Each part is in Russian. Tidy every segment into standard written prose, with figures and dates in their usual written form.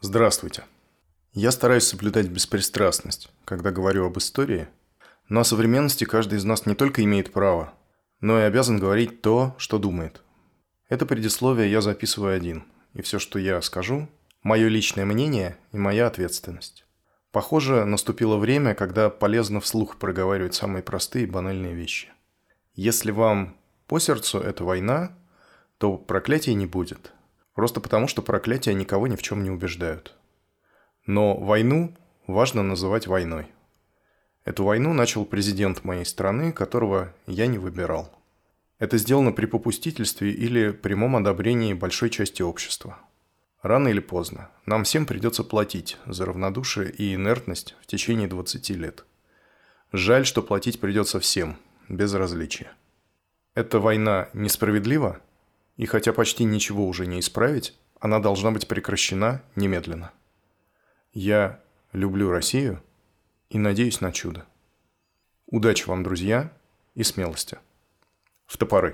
Здравствуйте. Я стараюсь соблюдать беспристрастность, когда говорю об истории, но о современности каждый из нас не только имеет право, но и обязан говорить то, что думает. Это предисловие я записываю один, и все, что я скажу – мое личное мнение и моя ответственность. Похоже, наступило время, когда полезно вслух проговаривать самые простые и банальные вещи. Если вам по сердцу эта война, то проклятий не будет. Просто потому, что проклятия никого ни в чем не убеждают. Но войну важно называть войной. Эту войну начал президент моей страны, которого я не выбирал. Это сделано при попустительстве или прямом одобрении большой части общества. Рано или поздно нам всем придется платить за равнодушие и инертность в течение 20 лет. Жаль, что платить придется всем, без различия. Эта война несправедлива, и хотя почти ничего уже не исправить, она должна быть прекращена немедленно. Я люблю Россию и надеюсь на чудо. Удачи вам, друзья, и смелости. В топоры.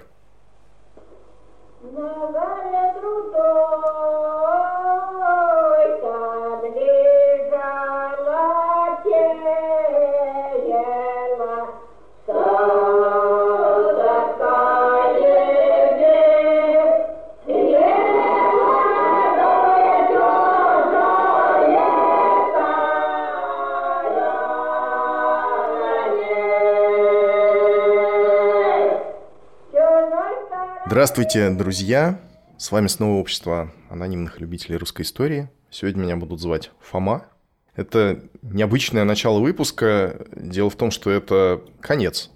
Здравствуйте, друзья! С вами снова общество анонимных любителей русской истории. Сегодня меня будут звать Фома. Это необычное начало выпуска. Дело в том, что это конец.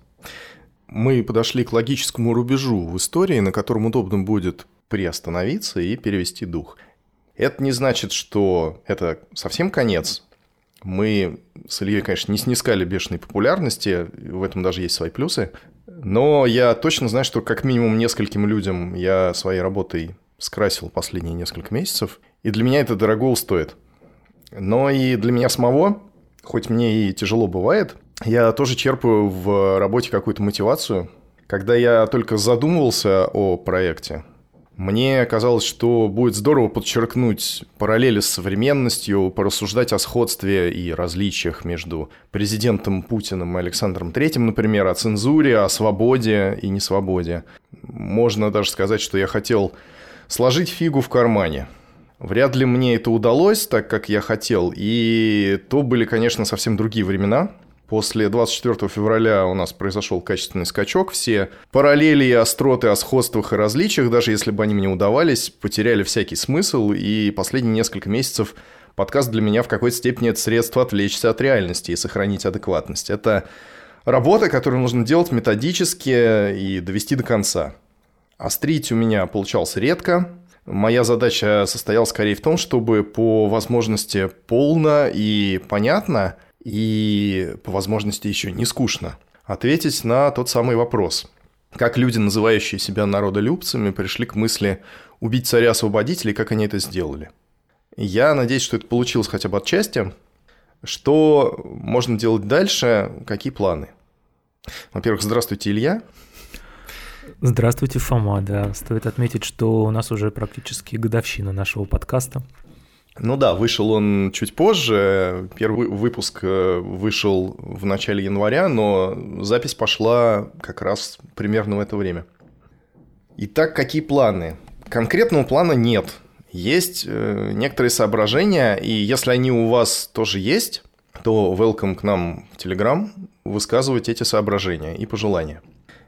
Мы подошли к логическому рубежу в истории, на котором удобно будет приостановиться и перевести дух. Это не значит, что это совсем конец. Мы с Ильей, конечно, не снискали бешеной популярности, в этом даже есть свои плюсы. Но я точно знаю, что как минимум нескольким людям я своей работой скрасил последние несколько месяцев, и для меня это дорого стоит. Но и для меня самого, хоть мне и тяжело бывает, я тоже черпаю в работе какую-то мотивацию. Когда я только задумывался о проекте, мне казалось, что будет здорово подчеркнуть параллели с современностью, порассуждать о сходстве и различиях между президентом Путиным и Александром Третьим, например, о цензуре, о свободе и несвободе. Можно даже сказать, что я хотел сложить фигу в кармане. Вряд ли мне это удалось так, как я хотел, и то были, конечно, совсем другие времена. После 24 февраля у нас произошел качественный скачок. Все параллели и остроты о сходствах и различиях, даже если бы они мне удавались, потеряли всякий смысл. И последние несколько месяцев подкаст для меня в какой-то степени это средство отвлечься от реальности и сохранить адекватность. Это работа, которую нужно делать методически и довести до конца. Острить у меня получалось редко. Моя задача состояла скорее в том, чтобы по возможности полно и понятно – и, по возможности, еще не скучно ответить на тот самый вопрос. Как люди, называющие себя народолюбцами, пришли к мысли убить царя-освободителя и как они это сделали. Я надеюсь, что это получилось хотя бы отчасти. Что можно делать дальше? Какие планы? Во-первых, здравствуйте, Илья. Здравствуйте, Фома. Да, стоит отметить, что у нас уже практически годовщина нашего подкаста. Ну да, вышел он чуть позже, первый выпуск вышел в начале января, но запись пошла как раз примерно в это время. Итак, какие планы? Конкретного плана нет. Есть некоторые соображения, и если они у вас тоже есть, то welcome к нам в Telegram, высказывать эти соображения и пожелания.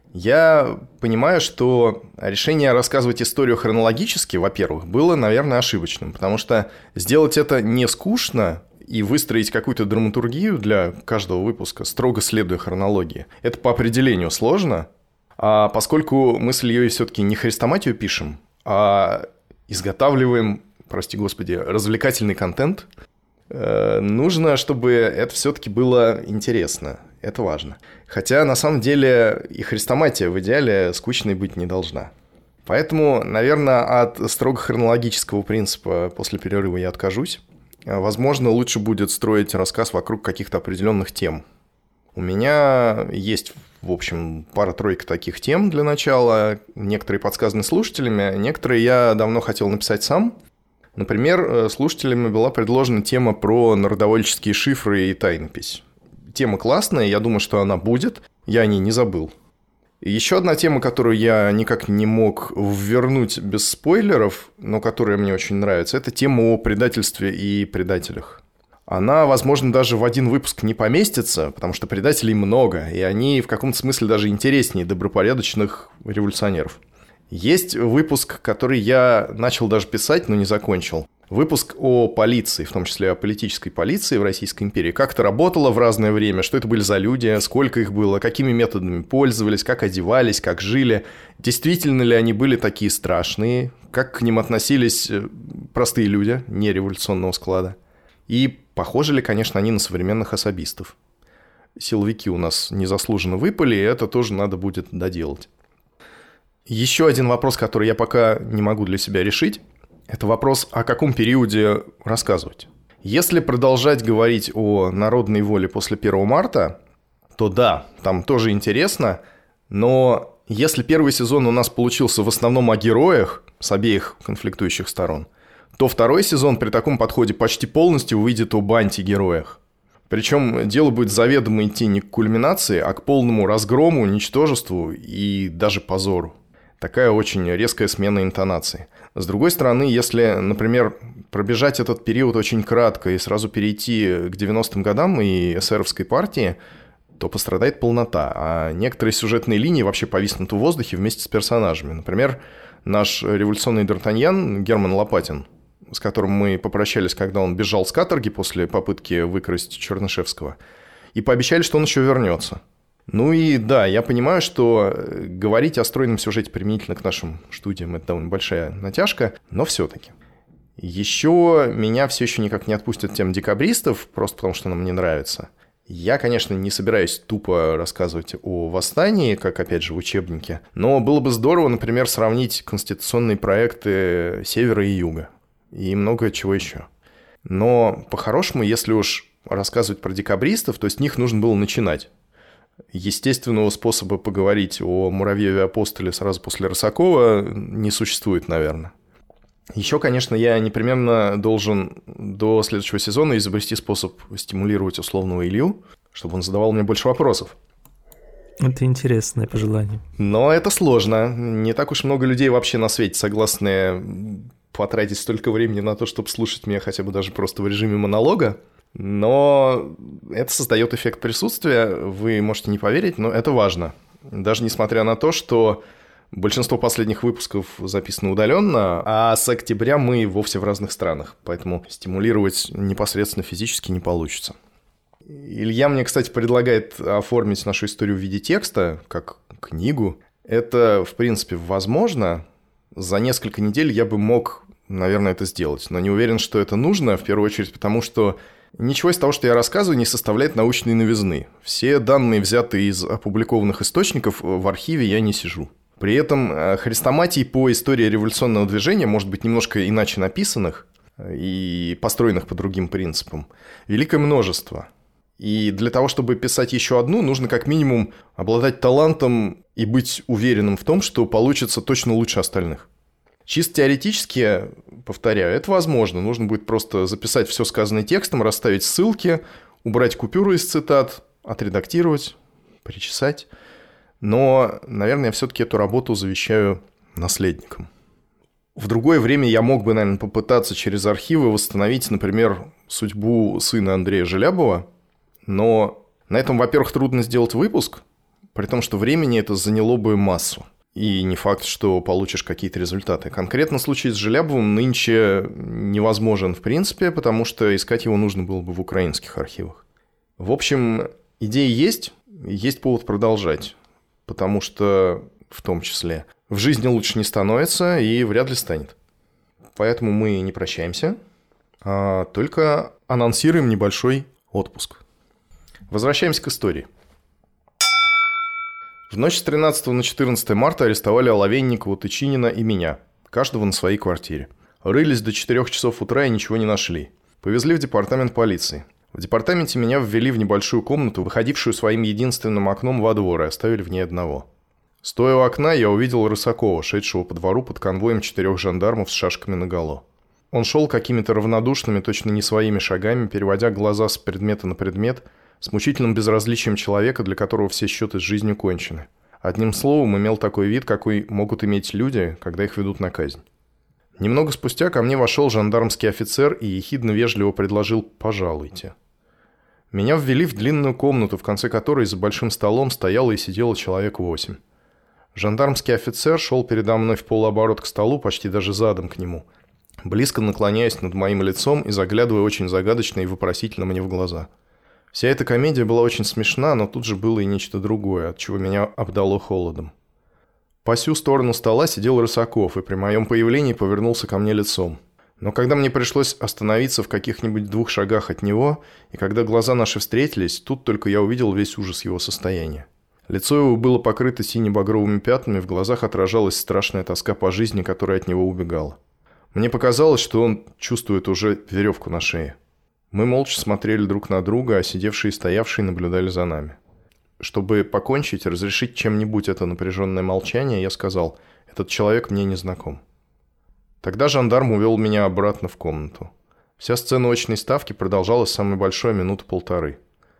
Я понимаю, что решение рассказывать историю хронологически, во-первых, было, наверное, ошибочным, потому что сделать это не скучно и выстроить какую-то драматургию для каждого выпуска, строго следуя хронологии, это по определению сложно, а поскольку мы с Ильей все-таки не хрестоматию пишем, а изготавливаем, прости господи, развлекательный контент, нужно, чтобы это все-таки было интересно. Это важно. Хотя, на самом деле, и хрестоматия в идеале скучной быть не должна. Поэтому, наверное, от строго хронологического принципа после перерыва я откажусь. Возможно, лучше будет строить рассказ вокруг каких-то определенных тем. У меня есть, в общем, пара-тройка таких тем для начала. Некоторые подсказаны слушателями, некоторые я давно хотел написать сам. Например, слушателями была предложена тема про народовольческие шифры и тайнопись. Тема классная, я думаю, что она будет, я о ней не забыл. Еще одна тема, которую я никак не мог ввернуть без спойлеров, но которая мне очень нравится, это тема о предательстве и предателях. Она, возможно, даже в один выпуск не поместится, потому что предателей много, и они в каком-то смысле даже интереснее добропорядочных революционеров. Есть выпуск, который я начал даже писать, но не закончил. Выпуск о полиции, в том числе о политической полиции в Российской империи. Как это работало в разное время, что это были за люди, сколько их было, какими методами пользовались, как одевались, как жили. Действительно ли они были такие страшные, как к ним относились простые люди, не революционного склада. И похожи ли, конечно, они на современных особистов. Силовики у нас незаслуженно выпали, и это тоже надо будет доделать. Еще один вопрос, который я пока не могу для себя решить, это вопрос, о каком периоде рассказывать. Если продолжать говорить о народной воле после 1 марта, то да, там тоже интересно, но если первый сезон у нас получился в основном о героях с обеих конфликтующих сторон, то второй сезон при таком подходе почти полностью выйдет об антигероях. Причем дело будет заведомо идти не к кульминации, а к полному разгрому, ничтожеству и даже позору. Такая очень резкая смена интонации. С другой стороны, если, например, пробежать этот период очень кратко и сразу перейти к 90-м годам и эсеровской партии, то пострадает полнота, а некоторые сюжетные линии вообще повиснут в воздухе вместе с персонажами. Например, наш революционный Д'Артаньян Герман Лопатин, с которым мы попрощались, когда он бежал с каторги после попытки выкрасть Чернышевского, и пообещали, что он еще вернется. Ну и да, я понимаю, что говорить о стройном сюжете применительно к нашим студиям – это довольно большая натяжка, но все-таки. Еще меня все еще никак не отпустит тема декабристов, просто потому что она мне нравится. Я, конечно, не собираюсь тупо рассказывать о восстании, как, опять же, в учебнике, но было бы здорово, например, сравнить конституционные проекты Севера и Юга и много чего еще. Но по-хорошему, если уж рассказывать про декабристов, то с них нужно было начинать. Естественного способа поговорить о Муравьеве-апостоле сразу после Рысакова не существует, наверное. Еще, конечно, я непременно должен до следующего сезона изобрести способ стимулировать условного Илью, чтобы он задавал мне больше вопросов. Это интересное пожелание. Но это сложно. Не так уж много людей вообще на свете согласны потратить столько времени на то, чтобы слушать меня хотя бы даже просто в режиме монолога. Но это создает эффект присутствия, вы можете не поверить, но это важно. Даже несмотря на то, что большинство последних выпусков записано удаленно, а с октября мы вовсе в разных странах, поэтому стимулировать непосредственно физически не получится. Илья мне, кстати, предлагает оформить нашу историю в виде текста, как книгу. Это, в принципе, возможно. За несколько недель я бы мог, наверное, это сделать, но не уверен, что это нужно, в первую очередь потому, что ничего из того, что я рассказываю, не составляет научной новизны. Все данные, взятые из опубликованных источников, в архиве я не сижу. При этом хрестоматий по истории революционного движения, может быть, немножко иначе написанных и построенных по другим принципам, великое множество. И для того, чтобы писать еще одну, нужно как минимум обладать талантом и быть уверенным в том, что получится точно лучше остальных. Чисто теоретически, повторяю, это возможно. Нужно будет просто записать все сказанное текстом, расставить ссылки, убрать купюры из цитат, отредактировать, причесать. Но, наверное, я все-таки эту работу завещаю наследникам. В другое время я мог бы, наверное, попытаться через архивы восстановить, например, судьбу сына Андрея Желябова, но на этом, во-первых, трудно сделать выпуск, при том, что времени это заняло бы массу. И не факт, что получишь какие-то результаты. Конкретно случай с Желябовым нынче невозможен в принципе, потому что искать его нужно было бы в украинских архивах. В общем, идеи есть повод продолжать, потому что, в том числе, в жизни лучше не становится и вряд ли станет. Поэтому мы не прощаемся, а только анонсируем небольшой отпуск. Возвращаемся к истории. В ночь с 13 на 14 марта арестовали Оловенникова, Тычинина и меня, каждого на своей квартире. Рылись до 4 часов утра и ничего не нашли. Повезли в департамент полиции. В департаменте меня ввели в небольшую комнату, выходившую своим единственным окном во двор, и оставили в ней одного. Стоя у окна, я увидел Рысакова, шедшего по двору под конвоем 4 жандармов с шашками наголо. Он шел какими-то равнодушными, точно не своими шагами, переводя глаза с предмета на предмет, с мучительным безразличием человека, для которого все счеты с жизнью кончены. Одним словом, имел такой вид, какой могут иметь люди, когда их ведут на казнь. Немного спустя ко мне вошел жандармский офицер и ехидно-вежливо предложил «пожалуйте». Меня ввели в длинную комнату, в конце которой за большим столом стояло и сидело человек 8. Жандармский офицер шел передо мной в полуоборот к столу, почти даже задом к нему, близко наклоняясь над моим лицом и заглядывая очень загадочно и вопросительно мне в глаза. Вся эта комедия была очень смешна, но тут же было и нечто другое, от чего меня обдало холодом. По сю сторону стола сидел Рысаков и при моем появлении повернулся ко мне лицом. Но когда мне пришлось остановиться в каких-нибудь 2 шагах от него, и когда глаза наши встретились, тут только я увидел весь ужас его состояния. Лицо его было покрыто сине-багровыми пятнами, в глазах отражалась страшная тоска по жизни, которая от него убегала. Мне показалось, что он чувствует уже веревку на шее. Мы молча смотрели друг на друга, а сидевшие и стоявшие наблюдали за нами. Чтобы покончить, разрешить чем-нибудь это напряженное молчание, я сказал: «Этот человек мне не знаком». Тогда жандарм увел меня обратно в комнату. Вся сцена очной ставки продолжалась самой большой минуты 1,5.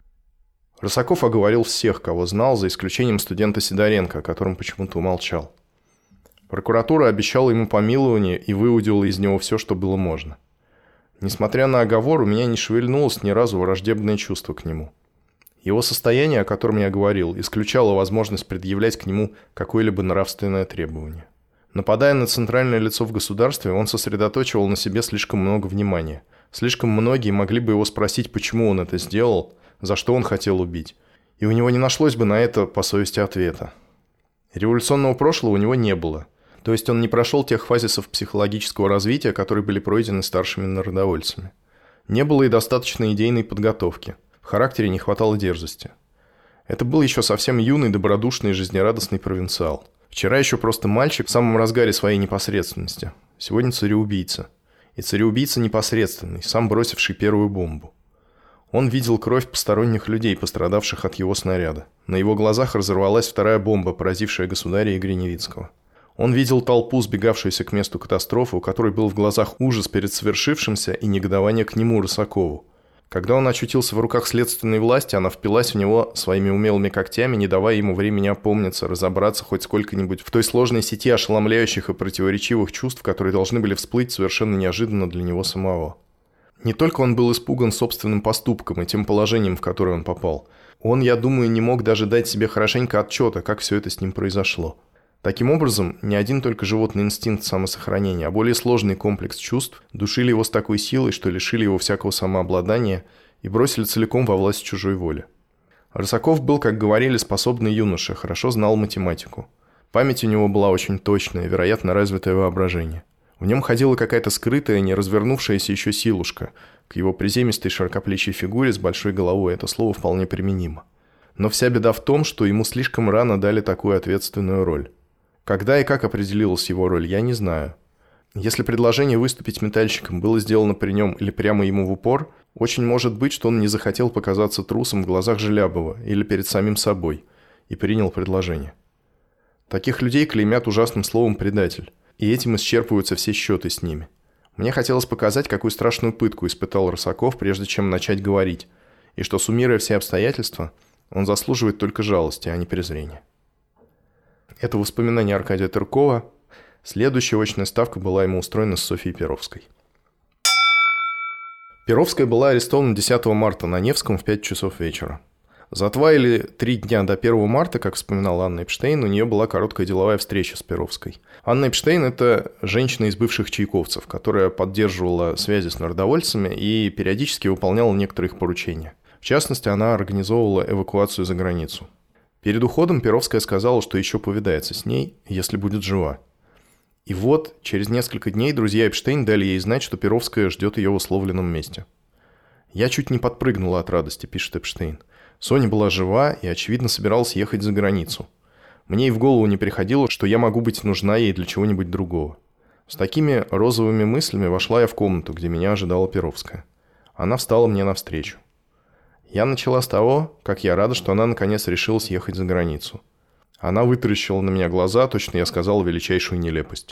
Рысаков оговорил всех, кого знал, за исключением студента Сидоренко, о котором почему-то умолчал. Прокуратура обещала ему помилование и выудила из него все, что было можно. Несмотря на оговор, у меня не шевельнулось ни разу враждебное чувство к нему. Его состояние, о котором я говорил, исключало возможность предъявлять к нему какое-либо нравственное требование. Нападая на центральное лицо в государстве, он сосредоточивал на себе слишком много внимания. Слишком многие могли бы его спросить, почему он это сделал, за что он хотел убить. И у него не нашлось бы на это по совести ответа. Революционного прошлого у него не было. То есть он не прошел тех фазисов психологического развития, которые были пройдены старшими народовольцами. Не было и достаточной идейной подготовки. В характере не хватало дерзости. Это был еще совсем юный, добродушный и жизнерадостный провинциал. Вчера еще просто мальчик в самом разгаре своей непосредственности. Сегодня цареубийца. И цареубийца непосредственный, сам бросивший первую бомбу. Он видел кровь посторонних людей, пострадавших от его снаряда. На его глазах разорвалась вторая бомба, поразившая государя и Гриневицкого. Он видел толпу, сбегавшуюся к месту катастрофы, у которой был в глазах ужас перед совершившимся и негодование к нему, Рысакову. Когда он очутился в руках следственной власти, она впилась в него своими умелыми когтями, не давая ему времени опомниться, разобраться хоть сколько-нибудь в той сложной сети ошеломляющих и противоречивых чувств, которые должны были всплыть совершенно неожиданно для него самого. Не только он был испуган собственным поступком и тем положением, в которое он попал. Он, я думаю, не мог даже дать себе хорошенько отчета, как все это с ним произошло. Таким образом, не один только животный инстинкт самосохранения, а более сложный комплекс чувств душили его с такой силой, что лишили его всякого самообладания и бросили целиком во власть чужой воли. Рысаков был, как говорили, способный юноша, хорошо знал математику. Память у него была очень точная, вероятно, развитое воображение. В нем ходила какая-то скрытая, не развернувшаяся еще силушка. К его приземистой широкоплечей фигуре с большой головой это слово вполне применимо. Но вся беда в том, что ему слишком рано дали такую ответственную роль. Когда и как определилась его роль, я не знаю. Если предложение выступить метальщиком было сделано при нем или прямо ему в упор, очень может быть, что он не захотел показаться трусом в глазах Желябова или перед самим собой и принял предложение. Таких людей клеймят ужасным словом «предатель», и этим исчерпываются все счеты с ними. Мне хотелось показать, какую страшную пытку испытал Рысаков, прежде чем начать говорить, и что, суммируя все обстоятельства, он заслуживает только жалости, а не презрения. Это воспоминание Аркадия Тыркова. Следующая очная ставка была ему устроена с Софьей Перовской. Перовская была арестована 10 марта на Невском в 5 часов вечера. За 2 или 3 дня до 1 марта, как вспоминала Анна Эпштейн, у нее была короткая деловая встреча с Перовской. Анна Эпштейн – это женщина из бывших чайковцев, которая поддерживала связи с народовольцами и периодически выполняла некоторые их поручения. В частности, она организовывала эвакуацию за границу. Перед уходом Перовская сказала, что еще повидается с ней, если будет жива. И вот, через несколько дней друзья Эпштейн дали ей знать, что Перовская ждет ее в условленном месте. «Я чуть не подпрыгнула от радости», – пишет Эпштейн. «Соня была жива и, очевидно, собиралась ехать за границу. Мне и в голову не приходило, что я могу быть нужна ей для чего-нибудь другого. С такими розовыми мыслями вошла я в комнату, где меня ожидала Перовская. Она встала мне навстречу. Я начала с того, как я рада, что она наконец решилась ехать за границу. Она вытаращила на меня глаза, точно я сказал величайшую нелепость.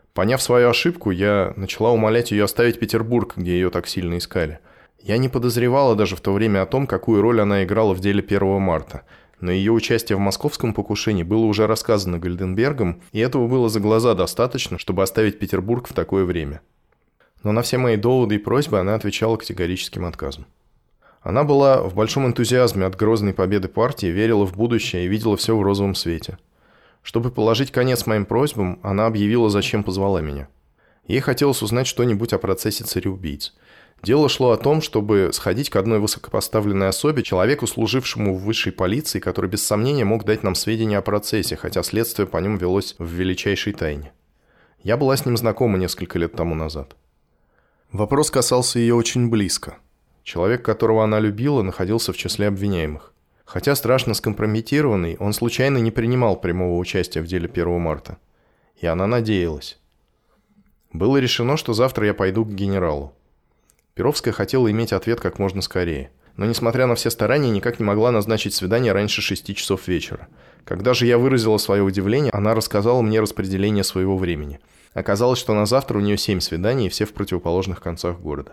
Поняв свою ошибку, я начала умолять ее оставить Петербург, где ее так сильно искали. Я не подозревала даже в то время о том, какую роль она играла в деле 1 марта. Но ее участие в московском покушении было уже рассказано Гольденбергом, и этого было за глаза достаточно, чтобы оставить Петербург в такое время. Но на все мои доводы и просьбы она отвечала категорическим отказом. Она была в большом энтузиазме от грозной победы партии, верила в будущее и видела все в розовом свете. Чтобы положить конец моим просьбам, она объявила, зачем позвала меня. Ей хотелось узнать что-нибудь о процессе цареубийц. Дело шло о том, чтобы сходить к одной высокопоставленной особе, человеку, служившему в высшей полиции, который без сомнения мог дать нам сведения о процессе, хотя следствие по нем велось в величайшей тайне. Я была с ним знакома несколько лет тому назад. Вопрос касался ее очень близко. Человек, которого она любила, находился в числе обвиняемых. Хотя страшно скомпрометированный, он случайно не принимал прямого участия в деле 1 марта. И она надеялась. Было решено, что завтра я пойду к генералу. Перовская хотела иметь ответ как можно скорее. Но, несмотря на все старания, никак не могла назначить свидание раньше 6 часов вечера. Когда же я выразила свое удивление, она рассказала мне распределение своего времени. Оказалось, что на завтра у нее 7 свиданий, и все в противоположных концах города.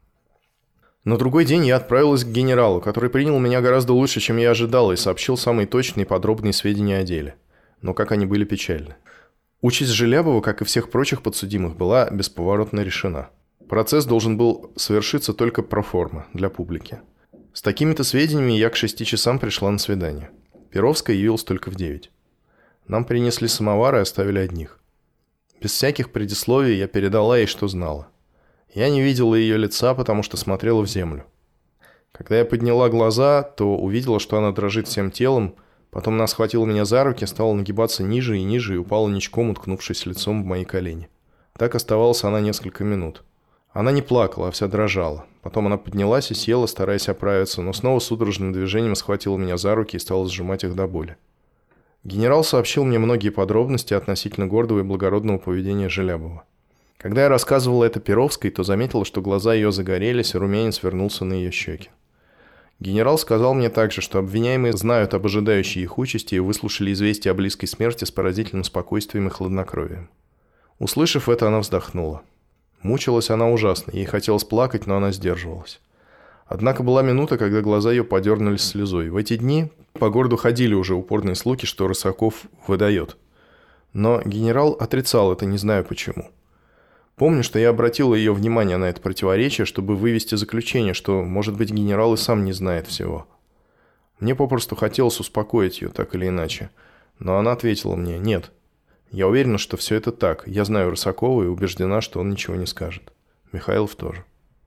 На другой день я отправилась к генералу, который принял меня гораздо лучше, чем я ожидала, и сообщил самые точные и подробные сведения о деле. Но как они были печальны. Участь Желябова, как и всех прочих подсудимых, была бесповоротно решена. Процесс должен был совершиться только проформа, для публики. С такими-то сведениями я к 6 часам пришла на свидание. Перовская явилась только в 9. Нам принесли самовар и оставили одних. Без всяких предисловий я передала ей, что знала. Я не видела ее лица, потому что смотрела в землю. Когда я подняла глаза, то увидела, что она дрожит всем телом, потом она схватила меня за руки, стала нагибаться ниже и упала ничком, уткнувшись лицом в мои колени. Так оставалась она несколько минут. Она не плакала, а вся дрожала. Потом она поднялась и села, стараясь оправиться, но снова судорожным движением схватила меня за руки и стала сжимать их до боли. Генерал сообщил мне многие подробности относительно гордого и благородного поведения Желябова. Когда я рассказывала это Перовской, то заметила, что глаза ее загорелись, и румянец вернулся на ее щеки. Генерал сказал мне также, что обвиняемые знают об ожидающей их участи и выслушали известие о близкой смерти с поразительным спокойствием и хладнокровием. Услышав это, она вздохнула. Мучилась она ужасно, ей хотелось плакать, но она сдерживалась. Однако была минута, когда глаза ее подернулись слезой. В эти дни по городу ходили уже упорные слухи, что Рысаков выдает. Но генерал отрицал это, не знаю почему. Помню, что я обратила ее внимание на это противоречие, чтобы вывести заключение, что, может быть, генерал и сам не знает всего. Мне попросту хотелось успокоить ее, так или иначе. Но она ответила мне: «Нет, я уверена, что все это так. Я знаю Рысакова и убеждена, что он ничего не скажет. Михайлов тоже».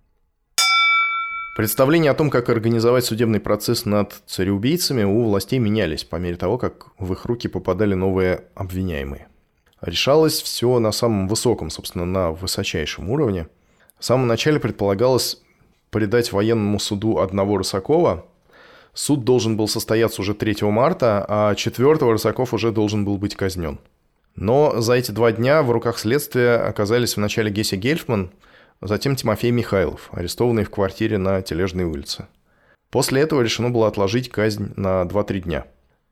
Представления о том, как организовать судебный процесс над цареубийцами, у властей менялись по мере того, как в их руки попадали новые обвиняемые. Решалось все на самом высоком, собственно, на высочайшем уровне. В самом начале предполагалось предать военному суду одного Рысакова. Суд должен был состояться уже 3 марта, а 4-го Рысаков уже должен был быть казнен. Но за эти 2 дня в руках следствия оказались вначале Гесси Гельфман, затем Тимофей Михайлов, арестованный в квартире на Тележной улице. После этого решено было отложить казнь на 2-3 дня.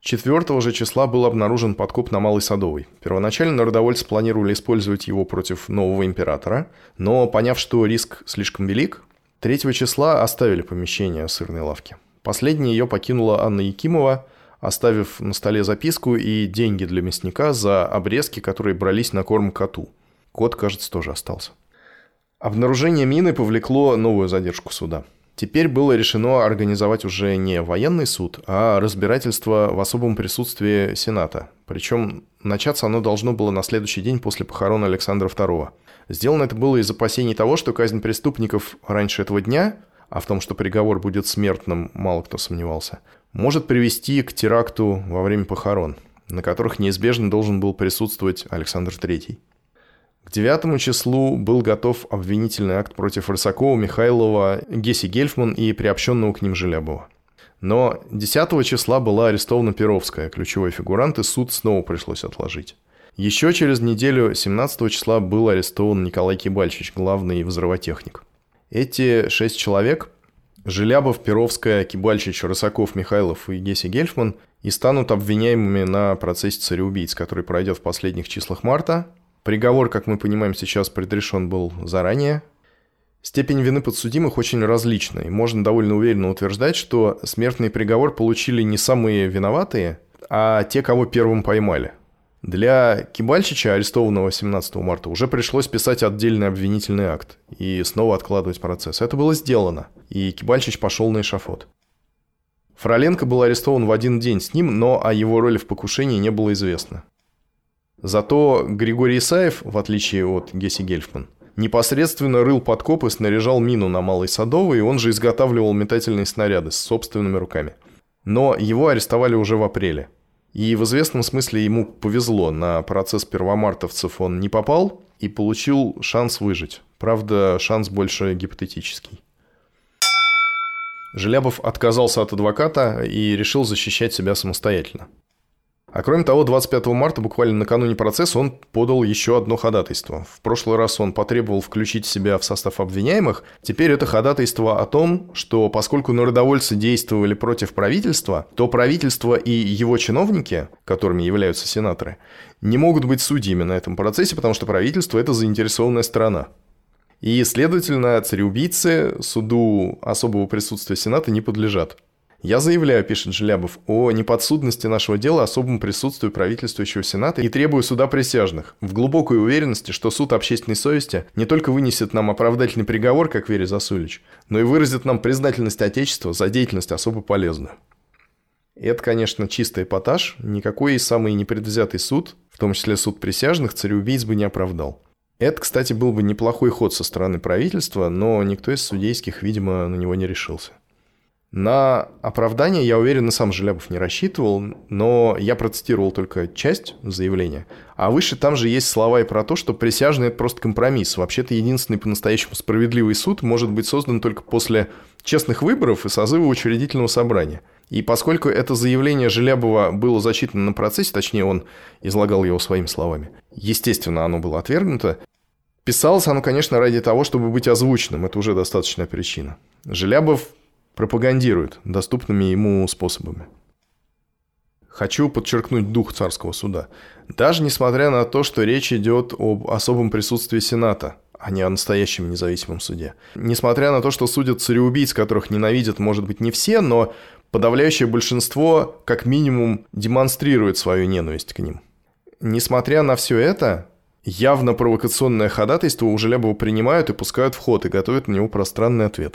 4 же числа был обнаружен подкоп на Малой Садовой. Первоначально народовольцы планировали использовать его против нового императора, но, поняв, что риск слишком велик, 3 числа оставили помещение сырной лавки. Последней ее покинула Анна Якимова, оставив на столе записку и деньги для мясника за обрезки, которые брались на корм коту. Кот, кажется, тоже остался. Обнаружение мины повлекло новую задержку суда. Теперь было решено организовать уже не военный суд, а разбирательство в особом присутствии Сената. Причем начаться оно должно было на следующий день после похорон Александра II. Сделано это было из опасений того, что казнь преступников раньше этого дня, а в том, что приговор будет смертным, мало кто сомневался, может привести к теракту во время похорон, на которых неизбежно должен был присутствовать Александр III. К 9 числу был готов обвинительный акт против Рысакова, Михайлова, Гесси Гельфман и приобщенного к ним Желябова. Но 10 числа была арестована Перовская, ключевой фигурант, и суд снова пришлось отложить. Еще через неделю, 17 числа, был арестован Николай Кибальчич, главный взрывотехник. Эти 6 человек – Желябов, Перовская, Кибальчич, Рысаков, Михайлов и Гесси Гельфман – и станут обвиняемыми на процессе цареубийц, который пройдет в последних числах марта, Приговор, как мы понимаем, сейчас предрешен был заранее. Степень вины подсудимых очень различна, и можно довольно уверенно утверждать, что смертный приговор получили не самые виноватые, а те, кого первым поймали. Для Кибальчича, арестованного 17 марта, уже пришлось писать отдельный обвинительный акт и снова откладывать процесс. Это было сделано, и Кибальчич пошел на эшафот. Фроленко был арестован в один день с ним, но о его роли в покушении не было известно. Зато Григорий Исаев, в отличие от Гесси Гельфман, непосредственно рыл подкоп и снаряжал мину на Малой Садовой, и он же изготавливал метательные снаряды с собственными руками. Но его арестовали уже в апреле. И в известном смысле ему повезло, на процесс первомартовцев он не попал и получил шанс выжить. Правда, шанс больше гипотетический. Желябов отказался от адвоката и решил защищать себя самостоятельно. А кроме того, 25 марта, буквально накануне процесса, он подал еще одно ходатайство. В прошлый раз он потребовал включить себя в состав обвиняемых. Теперь это ходатайство о том, что поскольку народовольцы действовали против правительства, то правительство и его чиновники, которыми являются сенаторы, не могут быть судьями на этом процессе, потому что правительство – это заинтересованная сторона. И, следовательно, цареубийцы суду особого присутствия Сената не подлежат. «Я заявляю, — пишет Желябов, — о неподсудности нашего дела особому присутствию правительствующего Сената и требую суда присяжных, в глубокой уверенности, что суд общественной совести не только вынесет нам оправдательный приговор, как Вере Засулич, но и выразит нам признательность Отечества за деятельность особо полезную». Это, конечно, чистый эпатаж. Никакой самый непредвзятый суд, в том числе суд присяжных, цареубийц бы не оправдал. Это, кстати, был бы неплохой ход со стороны правительства, но никто из судейских, видимо, на него не решился. На оправдание, я уверен, и сам Желябов не рассчитывал, но я процитировал только часть заявления. А выше там же есть слова и про то, что присяжный – это просто компромисс. Вообще-то единственный по-настоящему справедливый суд может быть создан только после честных выборов и созыва учредительного собрания. И поскольку это заявление Желябова было зачитано на процессе, точнее, он излагал его своими словами, естественно, оно было отвергнуто, писалось оно, конечно, ради того, чтобы быть озвученным. Это уже достаточная причина. Желябов пропагандирует доступными ему способами. Хочу подчеркнуть дух царского суда. Даже несмотря на то, что речь идет об особом присутствии Сената, а не о настоящем независимом суде. Несмотря на то, что судят цареубийц, которых ненавидят, может быть, не все, но подавляющее большинство, как минимум, демонстрирует свою ненависть к ним. Несмотря на все это, явно провокационное ходатайство у Желябова принимают и пускают в ход, и готовят на него пространный ответ.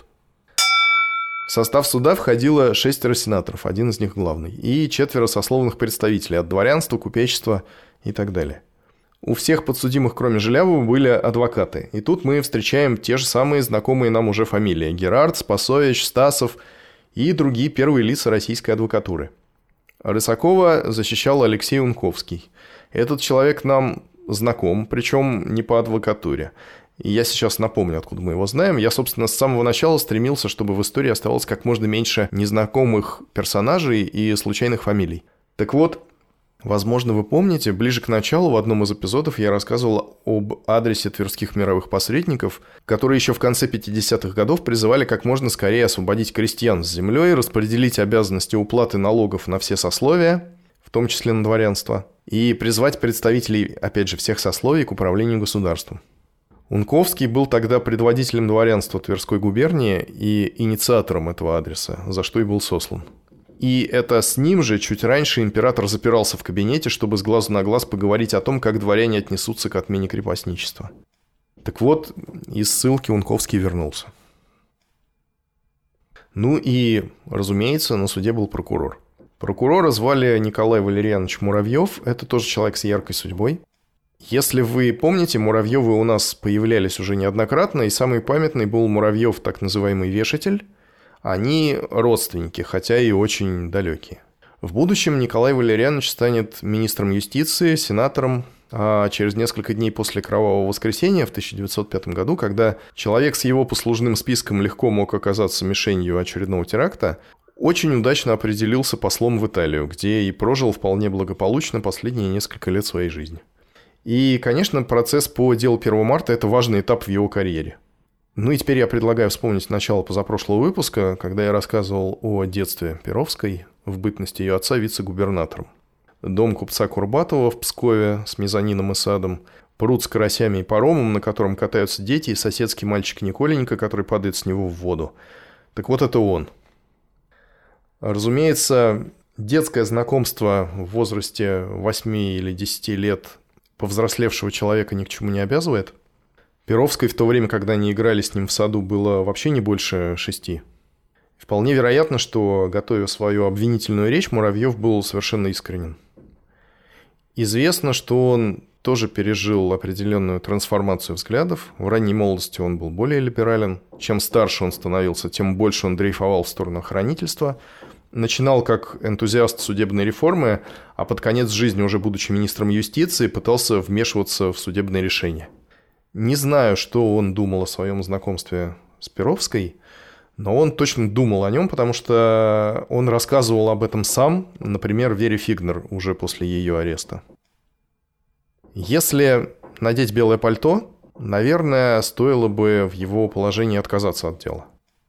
В состав суда входило 6 сенаторов, один из них главный, и 4 сословных представителей от дворянства, купечества и так далее. У всех подсудимых, кроме Желябова, были адвокаты. И тут мы встречаем те же самые знакомые нам уже фамилии: Герард, Спасович, Стасов и другие первые лица российской адвокатуры. Рысакова защищал Алексей Унковский. Этот человек нам знаком, причем не по адвокатуре. И я сейчас напомню, откуда мы его знаем. Я, собственно, с самого начала стремился, чтобы в истории оставалось как можно меньше незнакомых персонажей и случайных фамилий. Так вот, возможно, вы помните, ближе к началу в одном из эпизодов я рассказывал об адресе тверских мировых посредников, которые еще в конце 50-х годов призывали как можно скорее освободить крестьян с землей, распределить обязанности уплаты налогов на все сословия, в том числе на дворянство, и призвать представителей, опять же, всех сословий к управлению государством. Унковский был тогда предводителем дворянства Тверской губернии и инициатором этого адреса, за что и был сослан. И это с ним же чуть раньше император запирался в кабинете, чтобы с глазу на глаз поговорить о том, как дворяне отнесутся к отмене крепостничества. Так вот, из ссылки Унковский вернулся. Ну и, разумеется, на суде был прокурор. Прокурора звали Николай Валерьянович Муравьев, это тоже человек с яркой судьбой. Если вы помните, Муравьевы у нас появлялись уже неоднократно, и самый памятный был Муравьев, так называемый вешатель. Они родственники, хотя и очень далекие. В будущем Николай Валерьянович станет министром юстиции, сенатором, а через несколько дней после Кровавого воскресенья в 1905 году, когда человек с его послужным списком легко мог оказаться мишенью очередного теракта, очень удачно определился послом в Италию, где и прожил вполне благополучно последние несколько лет своей жизни. И, конечно, процесс по делу 1 марта – это важный этап в его карьере. Ну и теперь я предлагаю вспомнить начало позапрошлого выпуска, когда я рассказывал о детстве Перовской в бытности ее отца вице-губернатором. Дом купца Курбатова в Пскове с мезонином и садом пруд с карасями и паромом, на котором катаются дети, и соседский мальчик Николенька, который падает с него в воду. Так вот это он. Разумеется, детское знакомство в возрасте 8 или 10 лет повзрослевшего человека ни к чему не обязывает. Перовской в то время, когда они играли с ним в саду, было вообще не больше 6. Вполне вероятно, что, готовя свою обвинительную речь, Муравьев был совершенно искренен. Известно, что он тоже пережил определенную трансформацию взглядов. В ранней молодости он был более либерален. Чем старше он становился, тем больше он дрейфовал в сторону охранительства. Начинал как энтузиаст судебной реформы, а под конец жизни, уже будучи министром юстиции, пытался вмешиваться в судебные решения. Не знаю, что он думал о своем знакомстве с Перовской, но он точно думал о нем, потому что он рассказывал об этом сам, например, Вере Фигнер уже после ее ареста. Если надеть белое пальто, наверное, стоило бы в его положении отказаться от дела.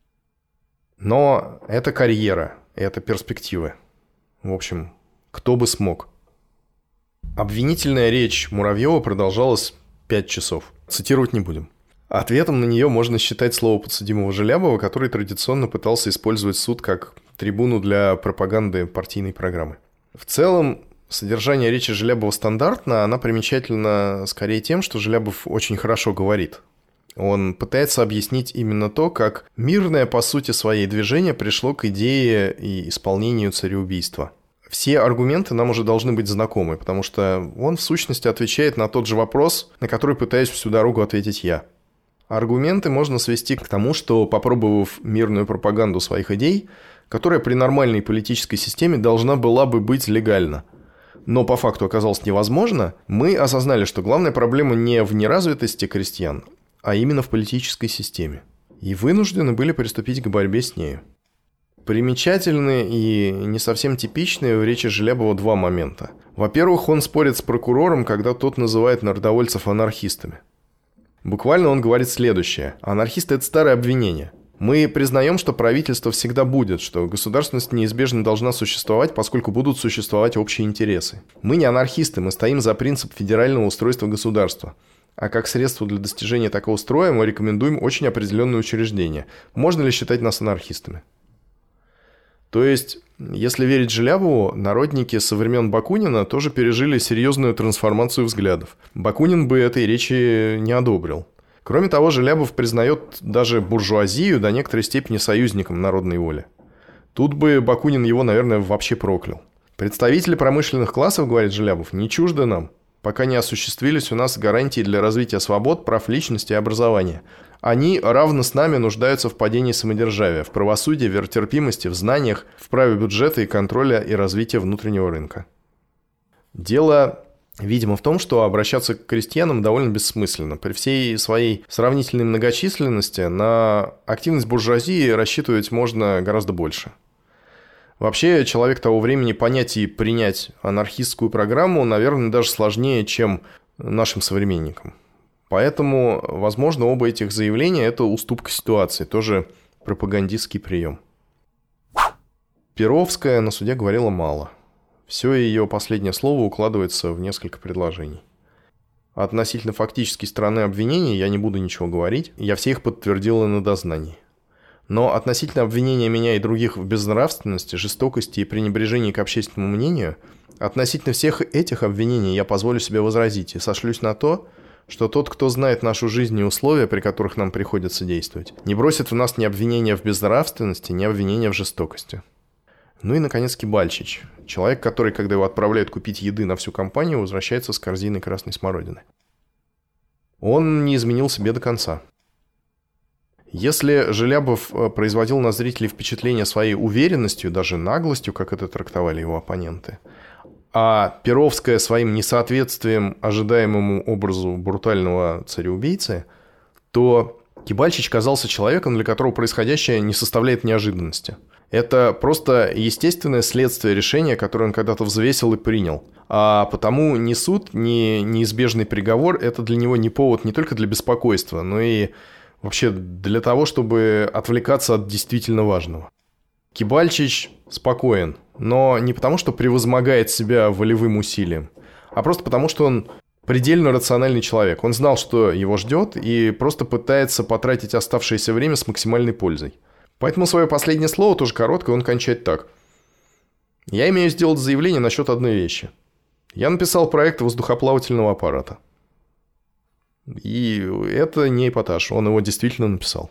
Но это карьера, это перспективы. В общем, кто бы смог. Обвинительная речь Муравьева продолжалась 5 часов. Цитировать не будем. Ответом на нее можно считать слово подсудимого Желябова, который традиционно пытался использовать суд как трибуну для пропаганды партийной программы. В целом, содержание речи Желябова стандартно, она примечательна скорее тем, что Желябов очень хорошо говорит. Он пытается объяснить именно то, как мирное по сути своей движение пришло к идее и исполнению цареубийства. Все аргументы нам уже должны быть знакомы, потому что он в сущности отвечает на тот же вопрос, на который пытаюсь всю дорогу ответить я. Аргументы можно свести к тому, что, попробовав мирную пропаганду своих идей, которая при нормальной политической системе должна была бы быть легальна, но по факту оказалось невозможно, мы осознали, что главная проблема не в неразвитости крестьян, а именно в политической системе. И вынуждены были приступить к борьбе с нею. Примечательны и не совсем типичные в речи Желябова 2 момента. Во-первых, он спорит с прокурором, когда тот называет народовольцев анархистами. Буквально он говорит следующее. Анархисты – это старое обвинение. Мы признаем, что правительство всегда будет, что государственность неизбежно должна существовать, поскольку будут существовать общие интересы. Мы не анархисты, мы стоим за принцип федерального устройства государства. А как средство для достижения такого строя мы рекомендуем очень определенные учреждения. Можно ли считать нас анархистами? То есть, если верить Желябову, народники со времен Бакунина тоже пережили серьезную трансформацию взглядов. Бакунин бы этой речи не одобрил. Кроме того, Желябов признает даже буржуазию до некоторой степени союзником народной воли. Тут бы Бакунин его, наверное, вообще проклял. Представители промышленных классов, говорит Желябов, не чужды нам, пока не осуществились у нас гарантии для развития свобод, прав личности и образования. Они равно с нами нуждаются в падении самодержавия, в правосудии, веротерпимости, в знаниях, в праве бюджета и контроля и развития внутреннего рынка. Дело, видимо, в том, что обращаться к крестьянам довольно бессмысленно. При всей своей сравнительной многочисленности на активность буржуазии рассчитывать можно гораздо больше. Вообще, человек того времени понять и принять анархистскую программу, наверное, даже сложнее, чем нашим современникам. Поэтому, возможно, оба этих заявления – это уступка ситуации, тоже пропагандистский прием. Перовская на суде говорила мало. Все ее последнее слово укладывается в несколько предложений. Относительно фактической стороны обвинения я не буду ничего говорить, я все их подтвердила на дознании. Но относительно обвинения меня и других в безнравственности, жестокости и пренебрежении к общественному мнению, относительно всех этих обвинений я позволю себе возразить и сошлюсь на то, что тот, кто знает нашу жизнь и условия, при которых нам приходится действовать, не бросит в нас ни обвинения в безнравственности, ни обвинения в жестокости. Ну и, наконец, Кибальчич. Человек, который, когда его отправляют купить еды на всю компанию, возвращается с корзиной красной смородины. Он не изменил себе до конца. Если Желябов производил на зрителей впечатление своей уверенностью, даже наглостью, как это трактовали его оппоненты, а Перовская своим несоответствием ожидаемому образу брутального цареубийцы, то Кибальчич казался человеком, для которого происходящее не составляет неожиданности. Это просто естественное следствие решения, которое он когда-то взвесил и принял. А потому ни суд, ни неизбежный приговор – это для него не повод не только для беспокойства, но и вообще для того, чтобы отвлекаться от действительно важного. Кибальчич спокоен, но не потому, что превозмогает себя волевым усилием, а просто потому, что он предельно рациональный человек. Он знал, что его ждет, и просто пытается потратить оставшееся время с максимальной пользой. Поэтому свое последнее слово, тоже короткое, он кончает так. Я имею сделать заявление насчет одной вещи. Я написал проект воздухоплавательного аппарата. И это не эпатаж, он его действительно написал.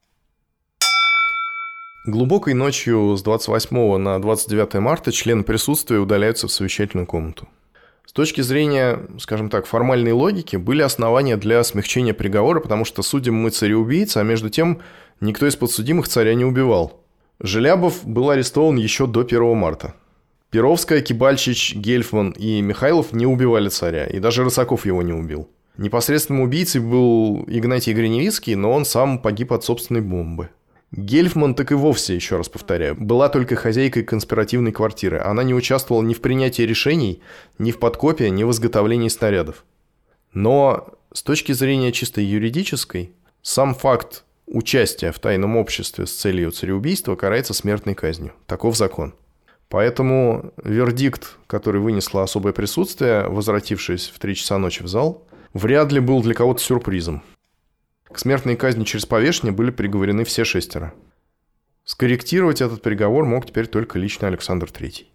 Глубокой ночью с 28 на 29 марта члены присутствия удаляются в совещательную комнату. С точки зрения, скажем так, формальной логики, были основания для смягчения приговора, потому что судим мы цареубийца, а между тем никто из подсудимых царя не убивал. Желябов был арестован еще до 1 марта. Перовская, Кибальчич, Гельфман и Михайлов не убивали царя, и даже Рысаков его не убил. Непосредственным убийцей был Игнатий Гриневицкий, но он сам погиб от собственной бомбы. Гельфман, так и вовсе, еще раз повторяю, была только хозяйкой конспиративной квартиры. Она не участвовала ни в принятии решений, ни в подкопе, ни в изготовлении снарядов. Но с точки зрения чисто юридической, сам факт участия в тайном обществе с целью цареубийства карается смертной казнью. Таков закон. Поэтому вердикт, который вынесло особое присутствие, возвратившись в 3 часа ночи в зал, вряд ли был для кого-то сюрпризом. К смертной казни через повешение были приговорены все 6. Скорректировать этот приговор мог теперь только лично Александр III.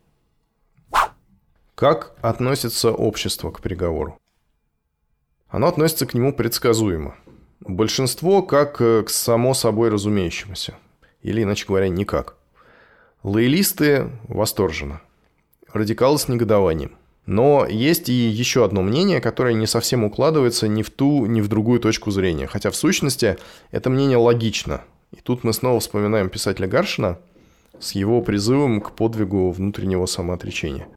Как относится общество к приговору? Оно относится к нему предсказуемо. Большинство как к само собой разумеющемуся. Или, иначе говоря, никак. Лоялисты восторженно. Радикалы с негодованием. Но есть и еще одно мнение, которое не совсем укладывается ни в ту, ни в другую точку зрения. Хотя в сущности это мнение логично. И тут мы снова вспоминаем писателя Гаршина с его призывом к подвигу внутреннего самоотречения.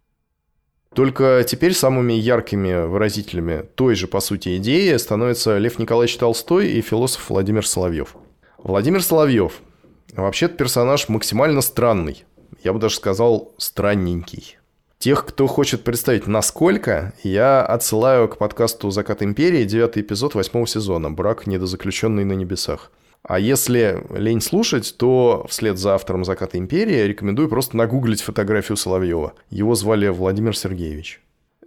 Только теперь самыми яркими выразителями той же, по сути, идеи становятся Лев Николаевич Толстой и философ Владимир Соловьев. Владимир Соловьев вообще-то персонаж максимально странный. Я бы даже сказал, странненький. Тех, кто хочет представить, насколько, я отсылаю к подкасту «Закат империи», 9 эпизод 8 сезона «Брак, недозаключенный на небесах». А если лень слушать, то вслед за автором «Заката империи» рекомендую просто нагуглить фотографию Соловьева. Его звали Владимир Сергеевич.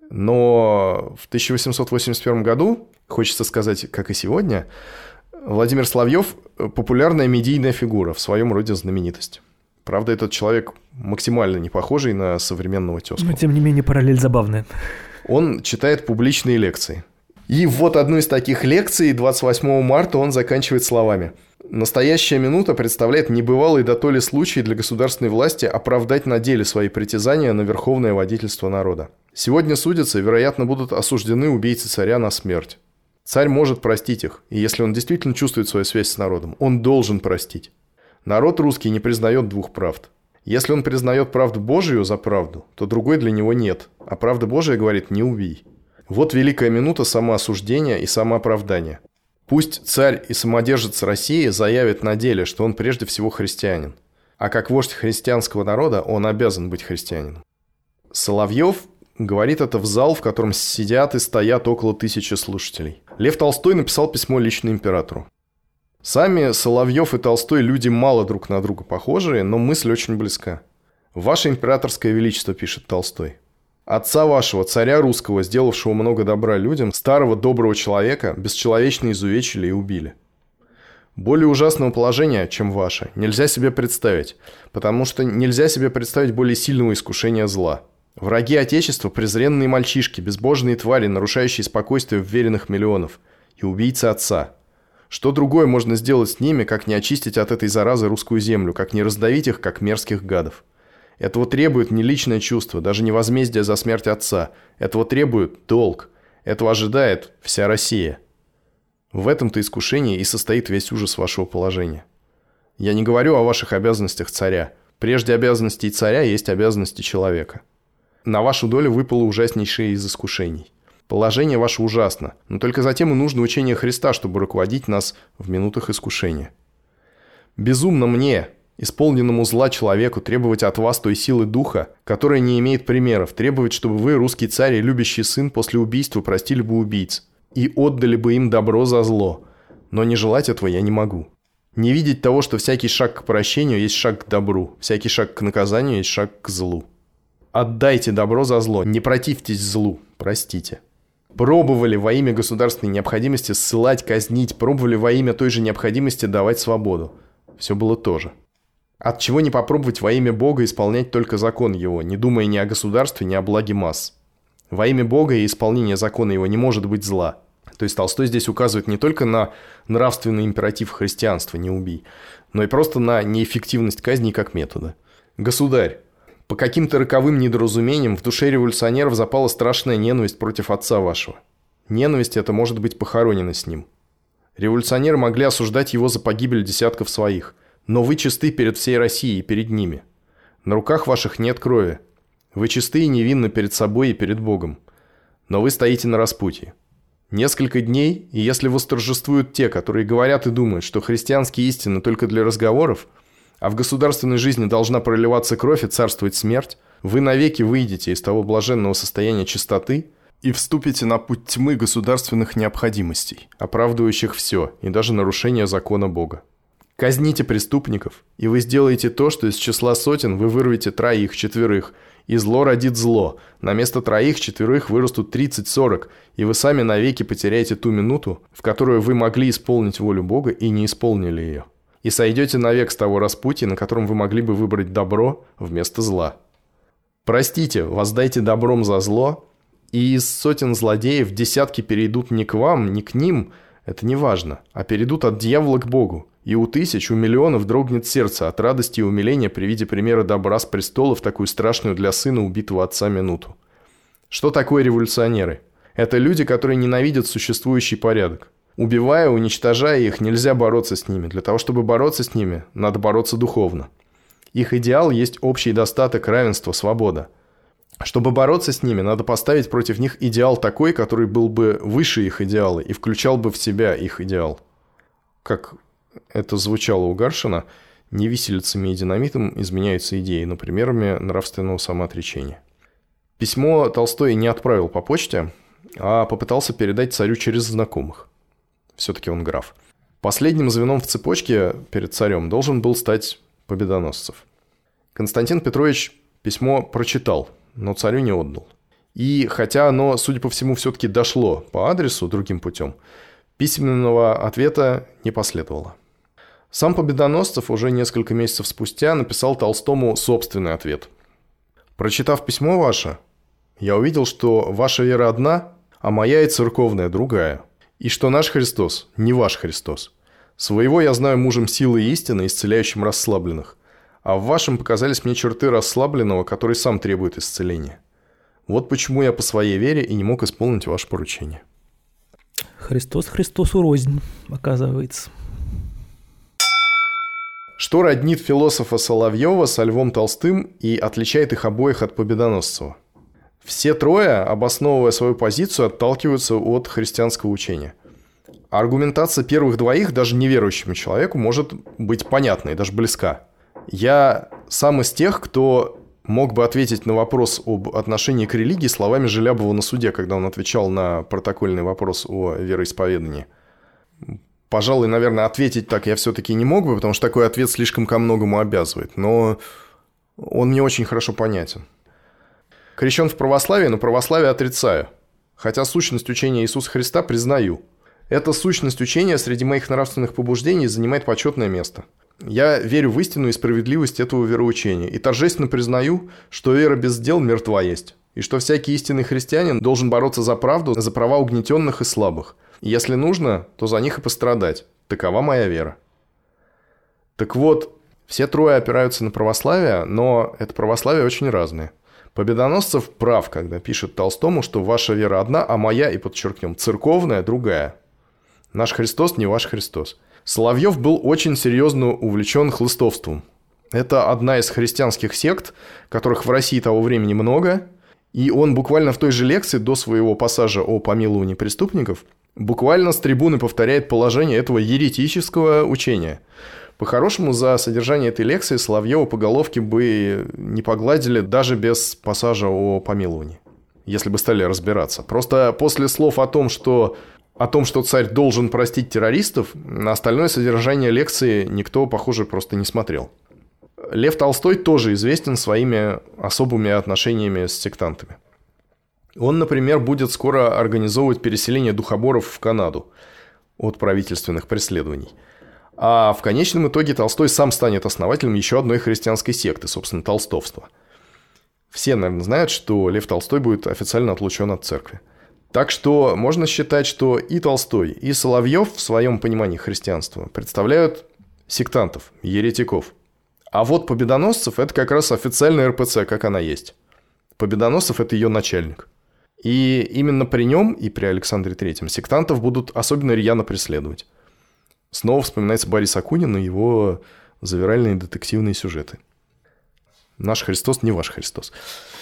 Но в 1881 году, хочется сказать, как и сегодня, Владимир Соловьев – популярная медийная фигура, в своем роде знаменитость. Правда, этот человек максимально не похожий на современного тезку. Но, тем не менее, параллель забавная. Он читает публичные лекции. И вот одну из таких лекций 28 марта он заканчивает словами. «Настоящая минута представляет небывалый дотоле случай для государственной власти оправдать на деле свои притязания на верховное водительство народа. Сегодня судятся и, вероятно, будут осуждены убийцы царя на смерть. Царь может простить их, и если он действительно чувствует свою связь с народом, он должен простить. Народ русский не признает двух правд. Если он признает правду Божию за правду, то другой для него нет, а правда Божия говорит «не убий». Вот великая минута самоосуждения и самооправдания. Пусть царь и самодержец России заявит на деле, что он прежде всего христианин. А как вождь христианского народа он обязан быть христианином». Соловьев говорит это в зал, в котором сидят и стоят около 1000 слушателей. Лев Толстой написал письмо лично императору. Сами Соловьев и Толстой люди мало друг на друга похожие, но мысль очень близка. «Ваше императорское величество», – пишет Толстой, – «отца вашего, царя русского, сделавшего много добра людям, старого доброго человека, бесчеловечно изувечили и убили. Более ужасного положения, чем ваше, нельзя себе представить, потому что нельзя себе представить более сильного искушения зла. Враги Отечества – презренные мальчишки, безбожные твари, нарушающие спокойствие вверенных миллионов, и убийцы отца. Что другое можно сделать с ними, как не очистить от этой заразы русскую землю, как не раздавить их, как мерзких гадов? Этого требует не личное чувство, даже не возмездие за смерть отца. Этого требует долг. Этого ожидает вся Россия. В этом-то искушении и состоит весь ужас вашего положения. Я не говорю о ваших обязанностях царя. Прежде обязанностей царя есть обязанности человека. На вашу долю выпало ужаснейшее из искушений. Положение ваше ужасно, но только затем и нужно учение Христа, чтобы руководить нас в минутах искушения. Безумно мне, исполненному зла человеку, требовать от вас той силы духа, которая не имеет примеров, требовать, чтобы вы, русский царь и любящий сын, после убийства простили бы убийц и отдали бы им добро за зло. Но не желать этого я не могу. Не видеть того, что всякий шаг к прощению есть шаг к добру, всякий шаг к наказанию есть шаг к злу. Отдайте добро за зло, не противьтесь злу, простите. Пробовали во имя государственной необходимости ссылать, казнить, пробовали во имя той же необходимости давать свободу. Все было то же. От чего не попробовать во имя Бога исполнять только закон Его, не думая ни о государстве, ни о благе масс? Во имя Бога и исполнение закона Его не может быть зла. То есть Толстой здесь указывает не только на нравственный императив христианства «не убий», но и просто на неэффективность казни как метода. Государь. По каким-то роковым недоразумениям в душе революционеров запала страшная ненависть против отца вашего. Ненависть эта может быть похоронена с ним. Революционеры могли осуждать его за погибель десятков своих, но вы чисты перед всей Россией и перед ними. На руках ваших нет крови. Вы чисты и невинны перед собой и перед Богом. Но вы стоите на распутье. Несколько дней, и если восторжествуют те, которые говорят и думают, что христианские истины только для разговоров, а в государственной жизни должна проливаться кровь и царствовать смерть, вы навеки выйдете из того блаженного состояния чистоты и вступите на путь тьмы государственных необходимостей, оправдывающих все и даже нарушение закона Бога. Казните преступников, и вы сделаете то, что из числа сотен вы вырвете троих, четверых, и зло родит зло. На место троих, четверых вырастут 30-40, и вы сами навеки потеряете ту минуту, в которую вы могли исполнить волю Бога и не исполнили ее. И сойдете навек с того распутья, на котором вы могли бы выбрать добро вместо зла. Простите, воздайте добром за зло, и из сотен злодеев десятки перейдут не к вам, не к ним, это не важно, а перейдут от дьявола к Богу. И у тысяч, у миллионов дрогнет сердце от радости и умиления при виде примера добра с престола в такую страшную для сына убитого отца минуту. Что такое революционеры? Это люди, которые ненавидят существующий порядок. Убивая, уничтожая их, нельзя бороться с ними. Для того, чтобы бороться с ними, надо бороться духовно. Их идеал есть общий достаток, равенство, свобода. Чтобы бороться с ними, надо поставить против них идеал такой, который был бы выше их идеала и включал бы в себя их идеал. Как это звучало у Гаршина, не виселицами и динамитом изменяются идеи, но примерами нравственного самоотречения. Письмо Толстой не отправил по почте, а попытался передать царю через знакомых. Все-таки он граф. Последним звеном в цепочке перед царем должен был стать Победоносцев. Константин Петрович письмо прочитал, но царю не отдал. И хотя оно, судя по всему, все-таки дошло по адресу другим путем, письменного ответа не последовало. Сам Победоносцев уже несколько месяцев спустя написал Толстому собственный ответ. «Прочитав письмо ваше, я увидел, что ваша вера одна, а моя и церковная другая, и что наш Христос не ваш Христос. Своего я знаю мужем силы и истины, исцеляющим расслабленных, а в вашем показались мне черты расслабленного, который сам требует исцеления. Вот почему я по своей вере и не мог исполнить ваше поручение». Христос Христосу рознь, оказывается. Что роднит философа Соловьева со Львом Толстым и отличает их обоих от Победоносцева? Все трое, обосновывая свою позицию, отталкиваются от христианского учения. Аргументация первых двоих даже неверующему человеку может быть понятна и даже близка. Я сам из тех, кто мог бы ответить на вопрос об отношении к религии словами Желябова на суде, когда он отвечал на протокольный вопрос о вероисповедании. Пожалуй, наверное, ответить так я все-таки не мог бы, потому что такой ответ слишком ко многому обязывает, но он мне очень хорошо понятен. Крещен в православии, но православие отрицаю, хотя сущность учения Иисуса Христа признаю. Эта сущность учения среди моих нравственных побуждений занимает почетное место. Я верю в истину и справедливость этого вероучения и торжественно признаю, что вера без дел мертва есть, и что всякий истинный христианин должен бороться за правду, за права угнетенных и слабых. И если нужно, то за них и пострадать. Такова моя вера. Так вот, все трое опираются на православие, но это православие очень разное. Победоносцев прав, когда пишет Толстому, что ваша вера одна, а моя, и подчеркнем, церковная другая. Наш Христос не ваш Христос. Соловьев был очень серьезно увлечен хлыстовством. Это одна из христианских сект, которых в России того времени много, и он буквально в той же лекции до своего пассажа о помиловании преступников буквально с трибуны повторяет положение этого еретического учения. По-хорошему, за содержание этой лекции Соловьева по головке бы не погладили даже без пассажа о помиловании, если бы стали разбираться. Просто после слов о том, что царь должен простить террористов, на остальное содержание лекции никто, похоже, просто не смотрел. Лев Толстой тоже известен своими особыми отношениями с сектантами. Он, например, будет скоро организовывать переселение духоборов в Канаду от правительственных преследований. А в конечном итоге Толстой сам станет основателем еще одной христианской секты, собственно, толстовства. Все, наверное, знают, что Лев Толстой будет официально отлучен от церкви. Так что можно считать, что и Толстой, и Соловьев в своем понимании христианства представляют сектантов, еретиков. А вот Победоносцев – это как раз официальная РПЦ, как она есть. Победоносцев – это ее начальник. И именно при нем и при Александре Третьем сектантов будут особенно рьяно преследовать. Снова вспоминается Борис Акунин и его завиральные детективные сюжеты. Наш Христос не ваш Христос.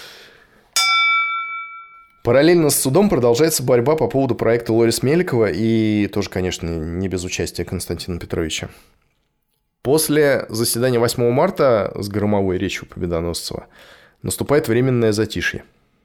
Параллельно с судом продолжается борьба по поводу проекта Лорис Меликова и тоже, конечно, не без участия Константина Петровича. После заседания 8 марта с громовой речью Победоносцева наступает временное затишье.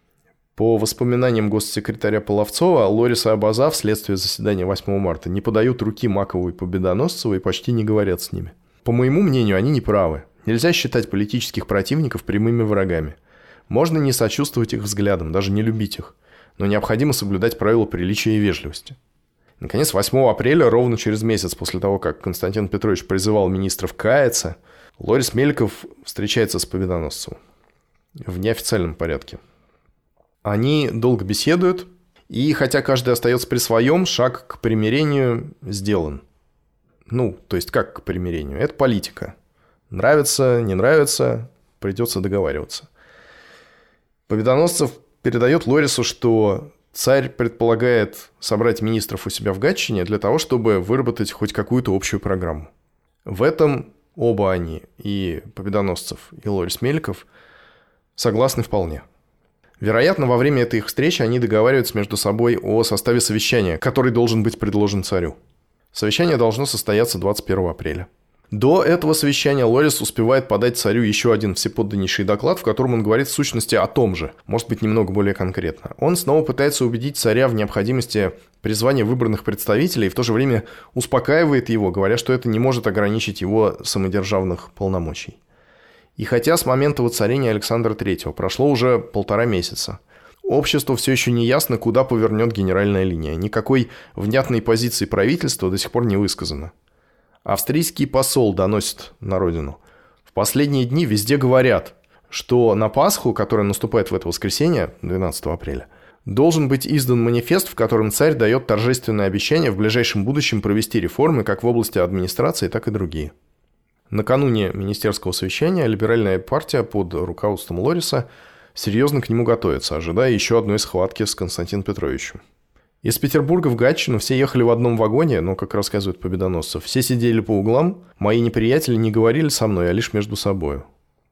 По воспоминаниям госсекретаря Половцова, Лорис и Абаза вследствие заседания 8 марта не подают руки Макову и Победоносцеву и почти не говорят с ними. По моему мнению, они не правы. Нельзя считать политических противников прямыми врагами. Можно не сочувствовать их взглядам, даже не любить их, но необходимо соблюдать правила приличия и вежливости. Наконец, 8 апреля, ровно через месяц после того, как Константин Петрович призывал министров каяться, Лорис Меликов встречается с Победоносцевым в неофициальном порядке. Они долго беседуют, и хотя каждый остается при своем, шаг к примирению сделан. То есть как к примирению? Это политика. Нравится, не нравится, придется договариваться. Победоносцев передает Лорису, что царь предполагает собрать министров у себя в Гатчине для того, чтобы выработать хоть какую-то общую программу. В этом оба они, и Победоносцев, и Лорис Меликов, согласны вполне. Вероятно, во время этой их встречи они договариваются между собой о составе совещания, который должен быть предложен царю. Совещание должно состояться 21 апреля. До этого совещания Лорис успевает подать царю еще один всеподданнейший доклад, в котором он говорит в сущности о том же, может быть, немного более конкретно. Он снова пытается убедить царя в необходимости призвания выбранных представителей и в то же время успокаивает его, говоря, что это не может ограничить его самодержавных полномочий. И хотя с момента воцарения Александра III прошло уже 1,5 месяца, обществу все еще не ясно, куда повернет генеральная линия. Никакой внятной позиции правительства до сих пор не высказано. Австрийский посол доносит на родину. В последние дни везде говорят, что на Пасху, которая наступает в это воскресенье, 12 апреля, должен быть издан манифест, в котором царь дает торжественное обещание в ближайшем будущем провести реформы как в области администрации, так и другие. Накануне министерского совещания либеральная партия под руководством Лориса серьезно к нему готовится, ожидая еще одной схватки с Константином Петровичем. Из Петербурга в Гатчину все ехали в одном вагоне, но, как рассказывает Победоносцев, все сидели по углам, мои неприятели не говорили со мной, а лишь между собою.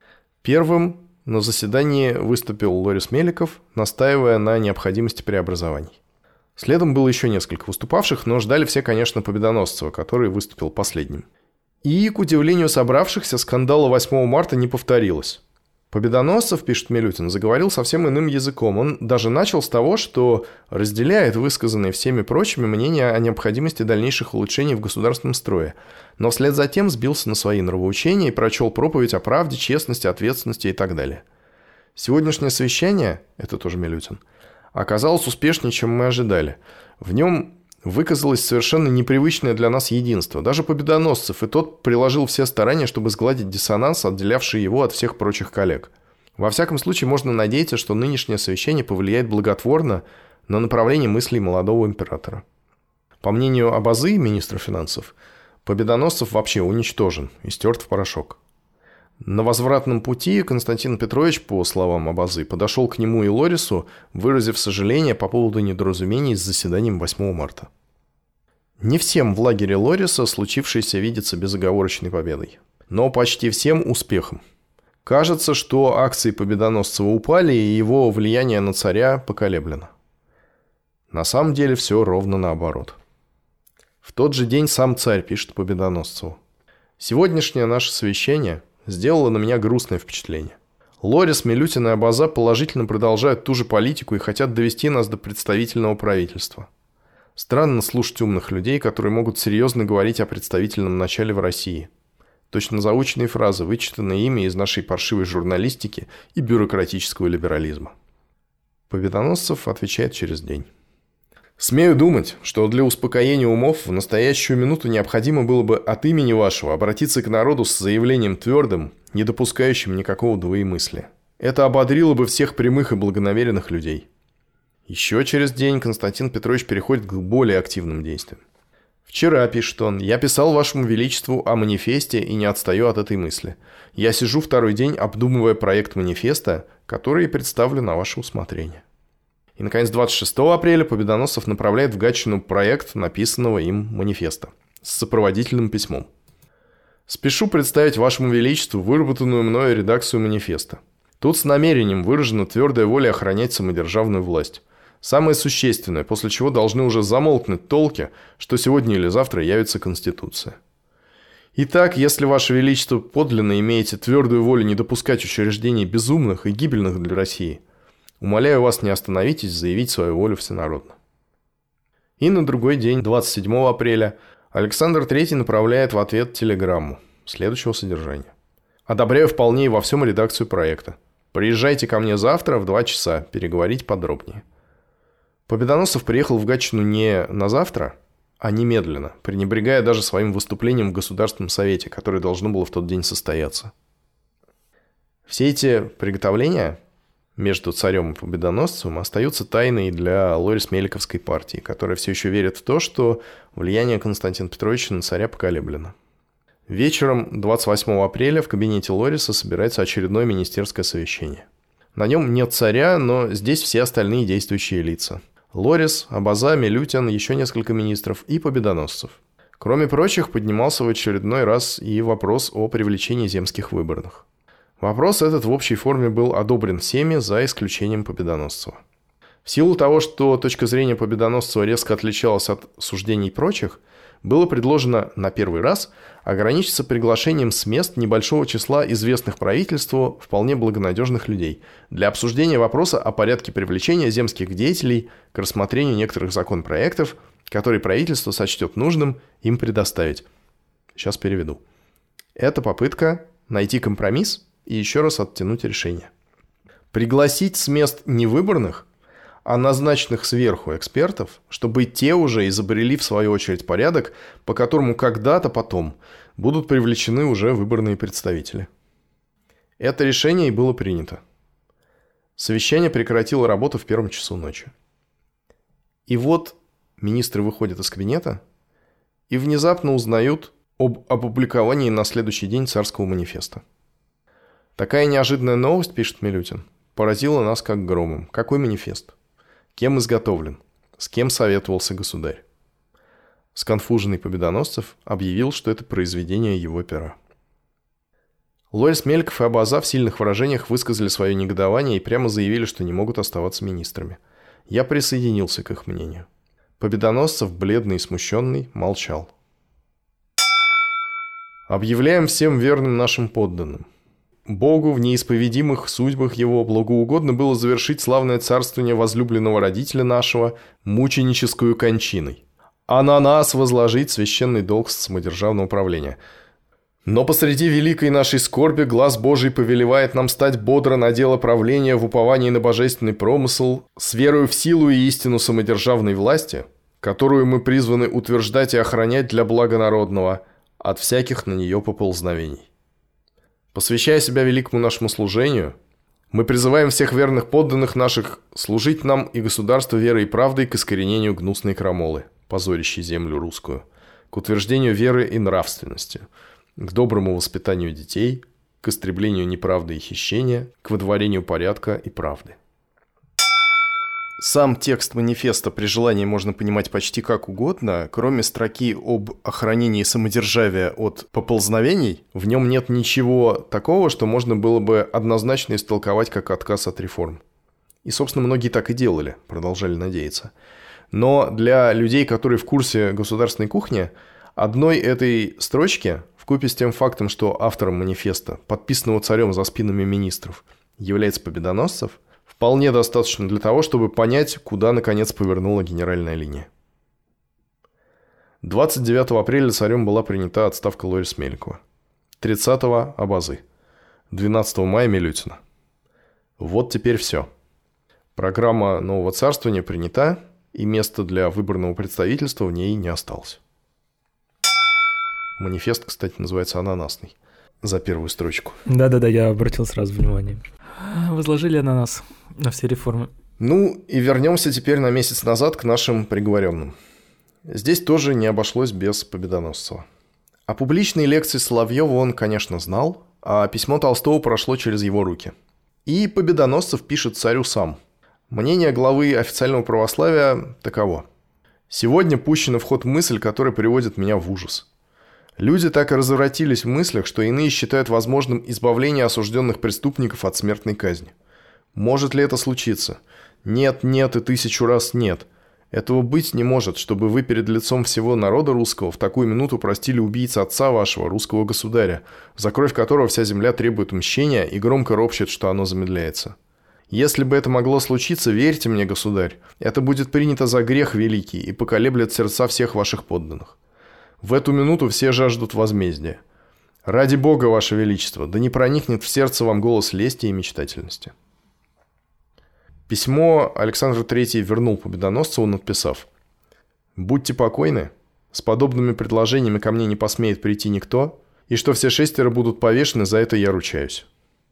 Первым на заседании выступил Лорис Меликов, настаивая на необходимости преобразований. Следом было еще несколько выступавших, но ждали все, конечно, Победоносцева, который выступил последним. И, к удивлению собравшихся, скандала 8 марта не повторилось. Победоносцев, пишет Милютин, заговорил совсем иным языком. Он даже начал с того, что разделяет высказанные всеми прочими мнения о необходимости дальнейших улучшений в государственном строе, но вслед за тем сбился на свои нравоучения и прочел проповедь о правде, честности, ответственности и так далее. Сегодняшнее совещание, это тоже Милютин, оказалось успешнее, чем мы ожидали. В нем выказалось совершенно непривычное для нас единство. Даже Победоносцев и тот приложил все старания, чтобы сгладить диссонанс, отделявший его от всех прочих коллег. Во всяком случае, можно надеяться, что нынешнее совещание повлияет благотворно на направление мыслей молодого императора. По мнению Абазы, министра финансов, Победоносцев вообще уничтожен и стерт в порошок. На возвратном пути Константин Петрович, по словам Абазы, подошел к нему и Лорису, выразив сожаление по поводу недоразумений с заседанием 8 марта. Не всем в лагере Лориса случившееся видится безоговорочной победой, но почти всем успехом. Кажется, что акции Победоносцева упали, и его влияние на царя поколеблено. На самом деле все ровно наоборот. В тот же день сам царь пишет Победоносцеву: «Сегодняшнее наше совещание сделало на меня грустное впечатление. Лорис, Милютин и Абаза положительно продолжают ту же политику и хотят довести нас до представительного правительства. Странно слушать умных людей, которые могут серьезно говорить о представительном начале в России. Точно заученные фразы, вычитанные ими из нашей паршивой журналистики и бюрократического либерализма». Победоносцев отвечает через день. «Смею думать, что для успокоения умов в настоящую минуту необходимо было бы от имени вашего обратиться к народу с заявлением твердым, не допускающим никакого двоемыслия. Это ободрило бы всех прямых и благонамеренных людей». Еще через день Константин Петрович переходит к более активным действиям. «Вчера, — пишет он, — я писал вашему величеству о манифесте и не отстаю от этой мысли. Я сижу второй день, обдумывая проект манифеста, который представлю на ваше усмотрение». И, наконец, 26 апреля Победоносцев направляет в Гатчину проект написанного им манифеста с сопроводительным письмом. «Спешу представить вашему величеству выработанную мною редакцию манифеста. Тут с намерением выражена твердая воля охранять самодержавную власть. Самое существенное, после чего должны уже замолкнуть толки, что сегодня или завтра явится Конституция. Итак, если ваше величество подлинно имеете твердую волю не допускать учреждений безумных и гибельных для России, умоляю вас, не остановитесь заявить свою волю всенародно». И на другой день, 27 апреля, Александр III направляет в ответ телеграмму следующего содержания. «Одобряю вполне и во всем редакцию проекта. Приезжайте ко мне завтра в 2 часа переговорить подробнее». Победоносцев приехал в Гатчину не на завтра, а немедленно, пренебрегая даже своим выступлением в Государственном совете, которое должно было в тот день состояться. Все эти приготовления между царем и победоносцем остаются тайной для Лорис-Меликовской партии, которая все еще верит в то, что влияние Константина Петровича на царя поколеблено. Вечером 28 апреля в кабинете Лориса собирается очередное министерское совещание. На нем нет царя, но здесь все остальные действующие лица. Лорис, Абаза, Милютин, еще несколько министров и Победоносцев. Кроме прочих, поднимался в очередной раз и вопрос о привлечении земских выборных. Вопрос этот в общей форме был одобрен всеми, за исключением Победоносцева. В силу того, что точка зрения Победоносцева резко отличалась от суждений прочих, было предложено на первый раз ограничиться приглашением с мест небольшого числа известных правительству вполне благонадежных людей для обсуждения вопроса о порядке привлечения земских деятелей к рассмотрению некоторых законопроектов, которые правительство сочтет нужным им предоставить. Сейчас переведу. Это попытка найти компромисс и еще раз оттянуть решение. Пригласить с мест невыборных, а назначенных сверху экспертов, чтобы те уже изобрели в свою очередь порядок, по которому когда-то потом будут привлечены уже выборные представители. Это решение и было принято. Совещание прекратило работу в 1 часу ночи. И вот министры выходят из кабинета и внезапно узнают об опубликовании на следующий день царского манифеста. Такая неожиданная новость, пишет Милютин, поразила нас как громом. Какой манифест? Кем изготовлен? С кем советовался государь? Сконфуженный Победоносцев объявил, что это произведение его пера. Лорис Меликов и Абаза в сильных выражениях высказали свое негодование и прямо заявили, что не могут оставаться министрами. Я присоединился к их мнению. Победоносцев, бледный и смущенный, молчал. «Объявляем всем верным нашим подданным. Богу в неисповедимых судьбах его благоугодно было завершить славное царствование возлюбленного родителя нашего мученическую кончиной, а на нас возложить священный долг самодержавного управления. Но посреди великой нашей скорби глаз Божий повелевает нам стать бодро на дело правления в уповании на божественный промысл, с верою в силу и истину самодержавной власти, которую мы призваны утверждать и охранять для блага народного от всяких на нее поползновений. Посвящая себя великому нашему служению, мы призываем всех верных подданных наших служить нам и государству верой и правдой к искоренению гнусной крамолы, позорящей землю русскую, к утверждению веры и нравственности, к доброму воспитанию детей, к истреблению неправды и хищения, к водворению порядка и правды». Сам текст манифеста при желании можно понимать почти как угодно. Кроме строки об охранении самодержавия от поползновений, в нем нет ничего такого, что можно было бы однозначно истолковать как отказ от реформ. И, собственно, многие так и делали, продолжали надеяться. Но для людей, которые в курсе государственной кухни, одной этой строчки, вкупе с тем фактом, что автором манифеста, подписанного царем за спинами министров, является Победоносцев, вполне достаточно для того, чтобы понять, куда наконец повернула генеральная линия. 29 апреля царем была принята отставка Лориса Меликова, 30-го – Абазы, 12 мая – Милютина. Вот теперь все. Программа нового царствования принята, и места для выборного представительства в ней не осталось. Манифест, кстати, называется «Ананасный» за первую строчку. Да-да-да, я обратил сразу внимание. Возложили ананас на все реформы. Ну и вернемся теперь на месяц назад к нашим приговоренным. Здесь тоже не обошлось без Победоносцева. О публичной лекции Соловьева он, конечно, знал, а письмо Толстого прошло через его руки. И Победоносцев пишет царю сам. Мнение главы официального православия таково. «Сегодня пущена в ход мысль, которая приводит меня в ужас. Люди так и развратились в мыслях, что иные считают возможным избавление осужденных преступников от смертной казни. Может ли это случиться? Нет, нет и 1000 раз нет. Этого быть не может, чтобы вы перед лицом всего народа русского в такую минуту простили убийцу отца вашего, русского государя, за кровь которого вся земля требует мщения и громко ропщет, что оно замедляется. Если бы это могло случиться, верьте мне, государь, это будет принято за грех великий и поколеблет сердца всех ваших подданных. В эту минуту все жаждут возмездия. Ради Бога, ваше величество, да не проникнет в сердце вам голос лести и мечтательности». Письмо Александр III вернул Победоносцеву, написав: «Будьте покойны, с подобными предложениями ко мне не посмеет прийти никто, и что все 6 будут повешены, за это я ручаюсь».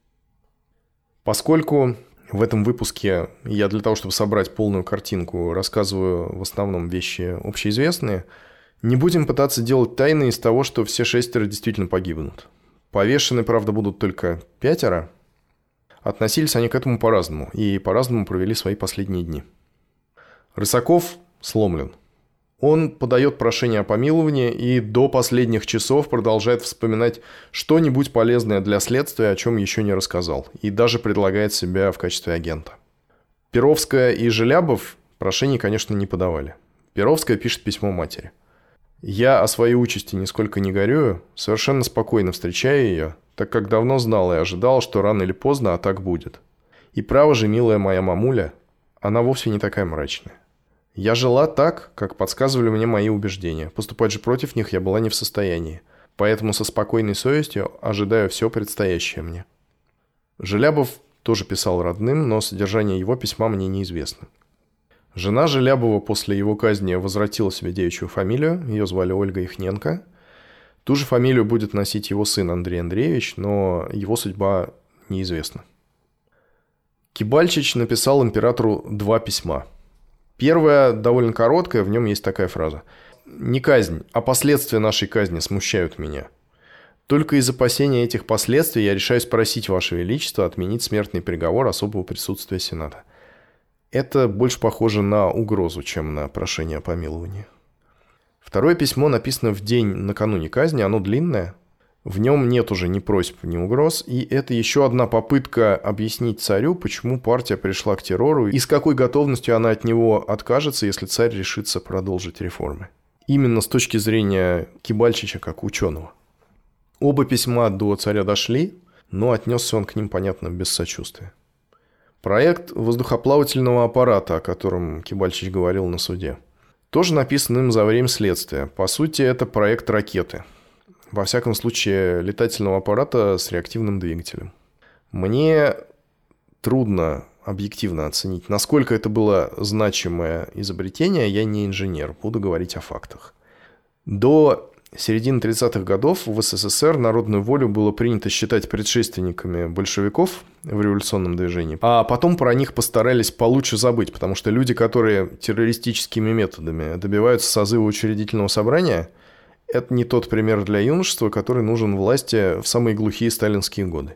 Поскольку в этом выпуске я для того, чтобы собрать полную картинку, рассказываю в основном вещи общеизвестные, не будем пытаться делать тайны из того, что все 6 действительно погибнут. Повешены, правда, будут только 5. Относились они к этому по-разному, и по-разному провели свои последние дни. Рысаков сломлен. Он подает прошение о помиловании и до последних часов продолжает вспоминать что-нибудь полезное для следствия, о чем еще не рассказал, и даже предлагает себя в качестве агента. Перовская и Желябов прошений, конечно, не подавали. Перовская пишет письмо матери. «Я о своей участи нисколько не горюю, совершенно спокойно встречаю ее, так как давно знал и ожидал, что рано или поздно, а так будет. И право же, милая моя мамуля, она вовсе не такая мрачная. Я жила так, как подсказывали мне мои убеждения. Поступать же против них я была не в состоянии. Поэтому со спокойной совестью ожидаю все предстоящее мне». Желябов тоже писал родным, но содержание его письма мне неизвестно. Жена Желябова после его казни возвратила себе девичью фамилию, ее звали Ольга Ихненко. Ту же фамилию будет носить его сын Андрей Андреевич, но его судьба неизвестна. Кибальчич написал императору 2 письма. Первое довольно короткое, в нем есть такая фраза. «Не казнь, а последствия нашей казни смущают меня. Только из опасения этих последствий я решаюсь просить Ваше Величество отменить смертный приговор особого присутствия Сената». Это больше похоже на угрозу, чем на прошение о помиловании. Второе письмо написано в день накануне казни, оно длинное. В нем нет уже ни просьб, ни угроз, и это еще одна попытка объяснить царю, почему партия пришла к террору и с какой готовностью она от него откажется, если царь решится продолжить реформы. Именно с точки зрения Кибальчича как ученого. Оба письма до царя дошли, но отнесся он к ним, понятно, без сочувствия. Проект воздухоплавательного аппарата, о котором Кибальчич говорил на суде, тоже написан им за время следствия. По сути, это проект ракеты. Во всяком случае, летательного аппарата с реактивным двигателем. Мне трудно объективно оценить, насколько это было значимое изобретение. Я не инженер, буду говорить о фактах. До середины 30-х годов в СССР народную волю было принято считать предшественниками большевиков в революционном движении, а потом про них постарались получше забыть, потому что люди, которые террористическими методами добиваются созыва учредительного собрания, это не тот пример для юношества, который нужен власти в самые глухие сталинские годы.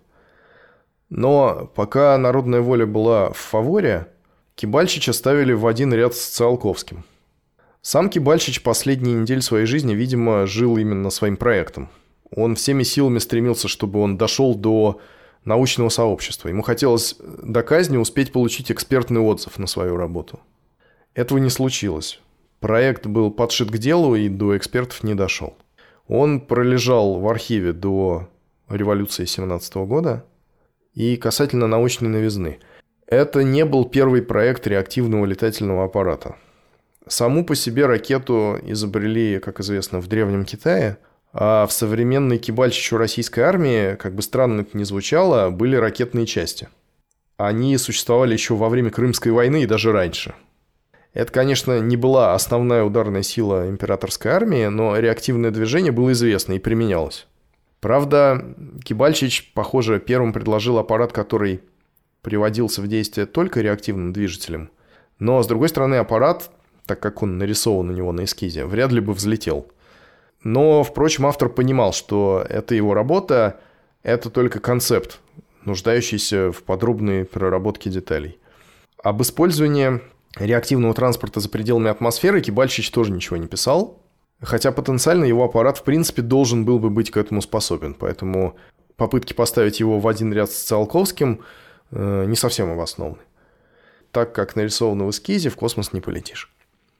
Но пока народная воля была в фаворе, Кибальчича ставили в один ряд с Циолковским. Сам Кибальчич последние недели своей жизни, видимо, жил именно своим проектом. Он всеми силами стремился, чтобы он дошел до научного сообщества. Ему хотелось до казни успеть получить экспертный отзыв на свою работу. Этого не случилось. Проект был подшит к делу и до экспертов не дошел. Он пролежал в архиве до революции 1917 года. И касательно научной новизны. Это не был первый проект реактивного летательного аппарата. Саму по себе ракету изобрели, как известно, в Древнем Китае, а в современной Кибальчичу российской армии, как бы странно это ни звучало, были ракетные части. они существовали еще во время Крымской войны и даже раньше. Это, конечно, не была основная ударная сила императорской армии, но реактивное движение было известно и применялось. Правда, Кибальчич, похоже, первым предложил аппарат, который приводился в действие только реактивным движителем. Но, с другой стороны, аппарат, так как он нарисован у него на эскизе, вряд ли бы взлетел. Но, впрочем, автор понимал, что это его работа, это только концепт, нуждающийся в подробной проработке деталей. Об использовании реактивного транспорта за пределами атмосферы Кибальчич тоже ничего не писал, хотя потенциально его аппарат в принципе должен был бы быть к этому способен, поэтому попытки поставить его в один ряд с Циолковским не совсем обоснованы. Так как нарисовано в эскизе, в космос не полетишь.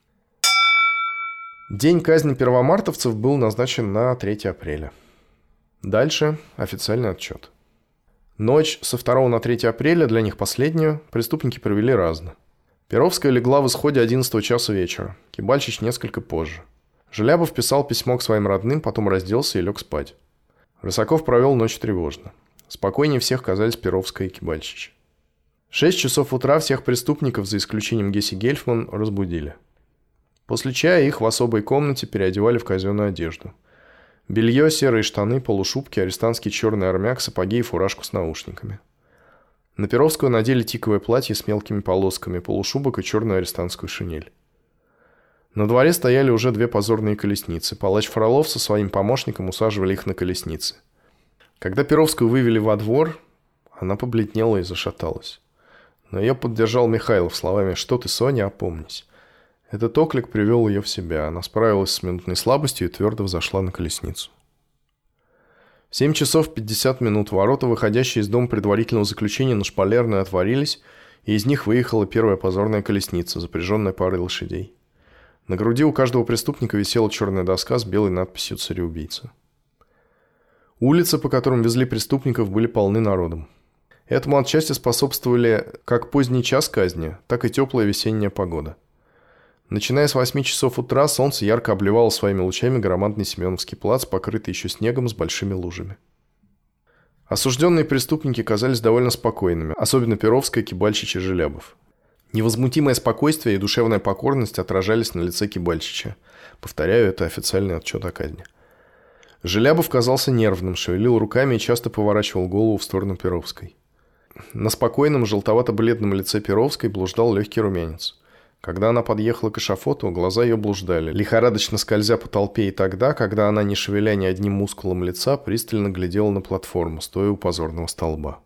День казни первомартовцев был назначен на 3 апреля. Дальше официальный отчет. Ночь со 2 на 3 апреля, для них последнюю, преступники провели разно. Перовская легла в исходе 11 часа вечера, Кибальчич несколько позже. Желябов писал письмо к своим родным, потом разделся и лег спать. Рысаков провел ночь тревожно. Спокойнее всех казались Перовская и Кибальчич. В 6 часов утра всех преступников, за исключением Гесси Гельфман, разбудили. После чая их в особой комнате переодевали в казенную одежду. Белье, серые штаны, полушубки, арестантский черный армяк, сапоги и фуражку с наушниками. На Перовскую надели тиковое платье с мелкими полосками, полушубок и черную арестантскую шинель. На дворе стояли уже 2 позорные колесницы. Палач Фролов со своим помощником усаживали их на колесницы. Когда Перовскую вывели во двор, она побледнела и зашаталась. Но ее поддержал Михайлов словами: «Что ты, Соня, опомнись». Этот оклик привел ее в себя. Она справилась с минутной слабостью и твердо взошла на колесницу. В 7 часов 50 минут ворота, выходящие из дома предварительного заключения на Шпалерную, отворились, и из них выехала первая позорная колесница, запряженная парой лошадей. На груди у каждого преступника висела черная доска с белой надписью «Цареубийца». Улицы, по которым везли преступников, были полны народом. Этому отчасти способствовали как поздний час казни, так и теплая весенняя погода. Начиная с 8 часов утра солнце ярко обливало своими лучами громадный Семеновский плац, покрытый еще снегом с большими лужами. Осужденные преступники казались довольно спокойными, особенно Перовская, Кибальчич и Желябов. Невозмутимое спокойствие и душевная покорность отражались на лице Кибальчича. Повторяю, это официальный отчет о казни. Желябов казался нервным, шевелил руками и часто поворачивал голову в сторону Перовской. На спокойном желтовато-бледном лице Перовской блуждал легкий румянец. Когда она подъехала к эшафоту, глаза ее блуждали, лихорадочно скользя по толпе и тогда, когда она, не шевеля ни одним мускулом лица, пристально глядела на платформу, стоя у позорного столба.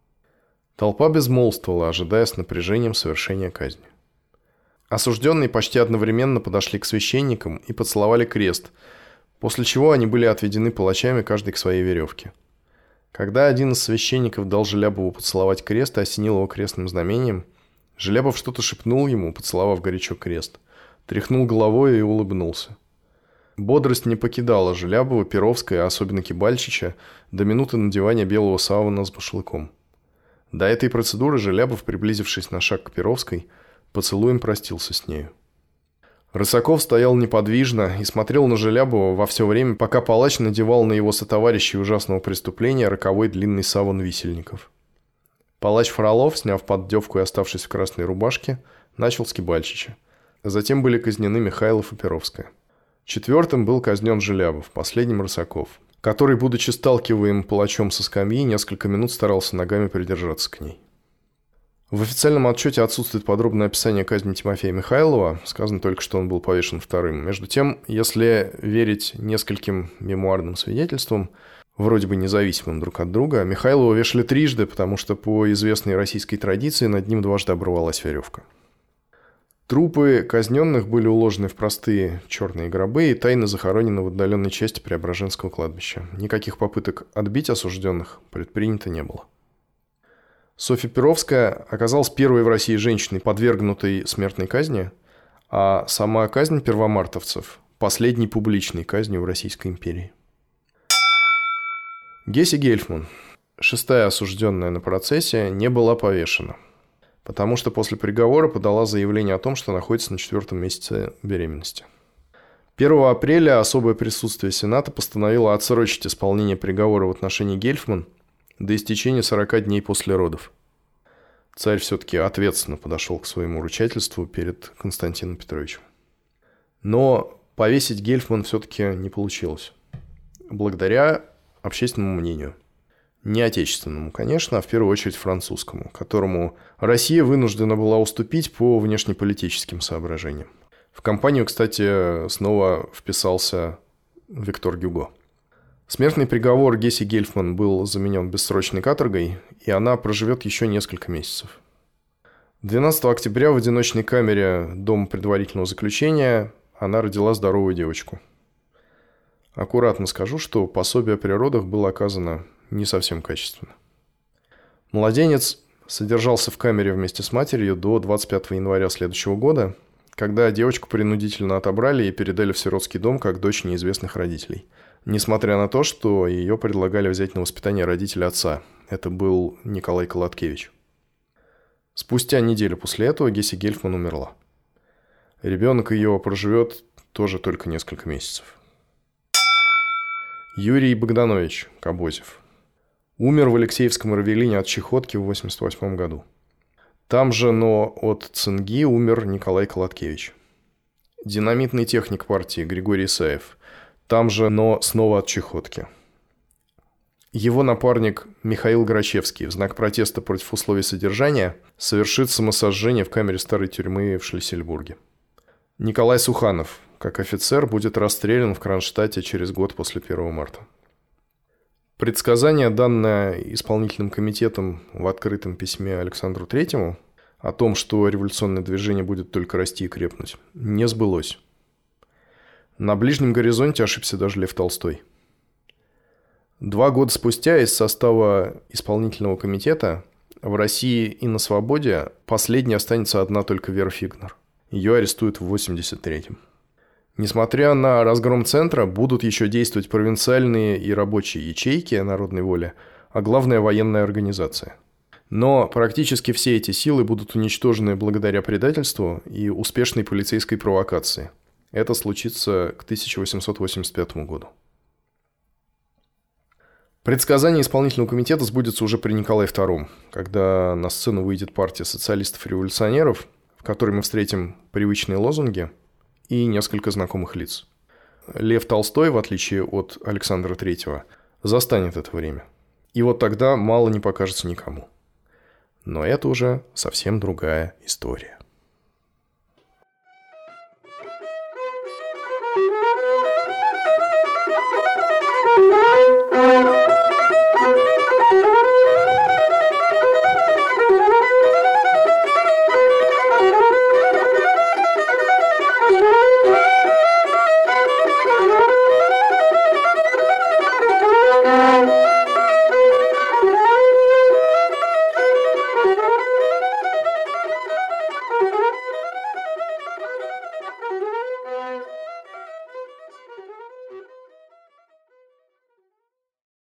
Толпа безмолвствовала, ожидая с напряжением совершения казни. Осужденные почти одновременно подошли к священникам и поцеловали крест, после чего они были отведены палачами каждый к своей веревке. Когда один из священников дал Желябову поцеловать крест и осенил его крестным знамением, Желябов что-то шепнул ему, поцеловав горячо крест, тряхнул головой и улыбнулся. Бодрость не покидала Желябова, Перовская, а особенно Кибальчича, до минуты надевания белого савана с башлыком. До этой процедуры Желябов, приблизившись на шаг к Перовской, поцелуем простился с нею. Рысаков стоял неподвижно и смотрел на Желябова во все время, пока палач надевал на его сотоварищей ужасного преступления роковой длинный саван висельников. Палач Фролов, сняв поддевку и оставшись в красной рубашке, начал с Кибальчича. Затем были казнены Михайлов и Перовская. 4-м был казнен Желябов, последним Рысаков, который, будучи сталкиваемым палачом со скамьи, несколько минут старался ногами придержаться к ней. В официальном отчете отсутствует подробное описание казни Тимофея Михайлова, сказано только, что он был повешен 2-м. Между тем, если верить нескольким мемуарным свидетельствам, вроде бы независимым друг от друга, Михайлова вешали 3-жды, потому что по известной российской традиции над ним 2-жды обрывалась веревка. Трупы казненных были уложены в простые черные гробы и тайно захоронены в отдаленной части Преображенского кладбища. Никаких попыток отбить осужденных предпринято не было. Софья Перовская оказалась первой в России женщиной, подвергнутой смертной казни, а сама казнь первомартовцев – последней публичной казнью в Российской империи. Гесси Гельфман, 6-я осужденная на процессе, не была повешена, потому что после приговора подала заявление о том, что находится на 4-м месяце беременности. 1 апреля особое присутствие Сената постановило отсрочить исполнение приговора в отношении Гельфман до истечения 40 дней после родов. царь все-таки ответственно подошел к своему ручательству перед Константином Петровичем. Но повесить Гельфман все-таки не получилось. Благодаря общественному мнению. Не отечественному, конечно, а в первую очередь французскому, которому Россия вынуждена была уступить по внешнеполитическим соображениям. В кампанию, кстати, снова вписался Виктор Гюго. Смертный приговор Гесси Гельфман был заменен бессрочной каторгой, и она проживет еще несколько месяцев. 12 октября в одиночной камере дома предварительного заключения она родила здоровую девочку. Аккуратно скажу, что пособие при родах было оказано не совсем качественно. Младенец содержался в камере вместе с матерью до 25 января следующего года, когда девочку принудительно отобрали и передали в сиротский дом как дочь неизвестных родителей. Несмотря на то, что ее предлагали взять на воспитание родители отца. Это был Николай Колоткевич. Спустя неделю после этого Гесси Гельфман умерла. Ребенок ее проживет тоже только несколько месяцев. Юрий Богданович Кобозев. Умер в Алексеевском Равелине от чехотки в 1988 году. Там же, но от цинги, умер Николай Колоткевич. Динамитный техник партии Григорий Исаев. Там же, но снова от чехотки. Его напарник Михаил Грачевский в знак протеста против условий содержания совершит самосожжение в камере старой тюрьмы в Шлиссельбурге. Николай Суханов, как офицер, будет расстрелян в Кронштадте через год после 1 марта. Предсказание, данное исполнительным комитетом в открытом письме Александру III о том, что революционное движение будет только расти и крепнуть, не сбылось. На ближнем горизонте ошибся даже Лев Толстой. 2 года спустя из состава исполнительного комитета в России и на свободе последней останется одна только Вера Фигнер. Ее арестуют в 1983-м. Несмотря на разгром центра, будут еще действовать провинциальные и рабочие ячейки народной воли, а главное – военная организация. Но практически все эти силы будут уничтожены благодаря предательству и успешной полицейской провокации. Это случится к 1885 году. Предсказание исполнительного комитета сбудется уже при Николае II, когда на сцену выйдет партия социалистов-революционеров, в которой мы встретим привычные лозунги и несколько знакомых лиц. Лев Толстой, в отличие от Александра III, застанет это время. И вот тогда мало не покажется никому. Но это уже совсем другая история.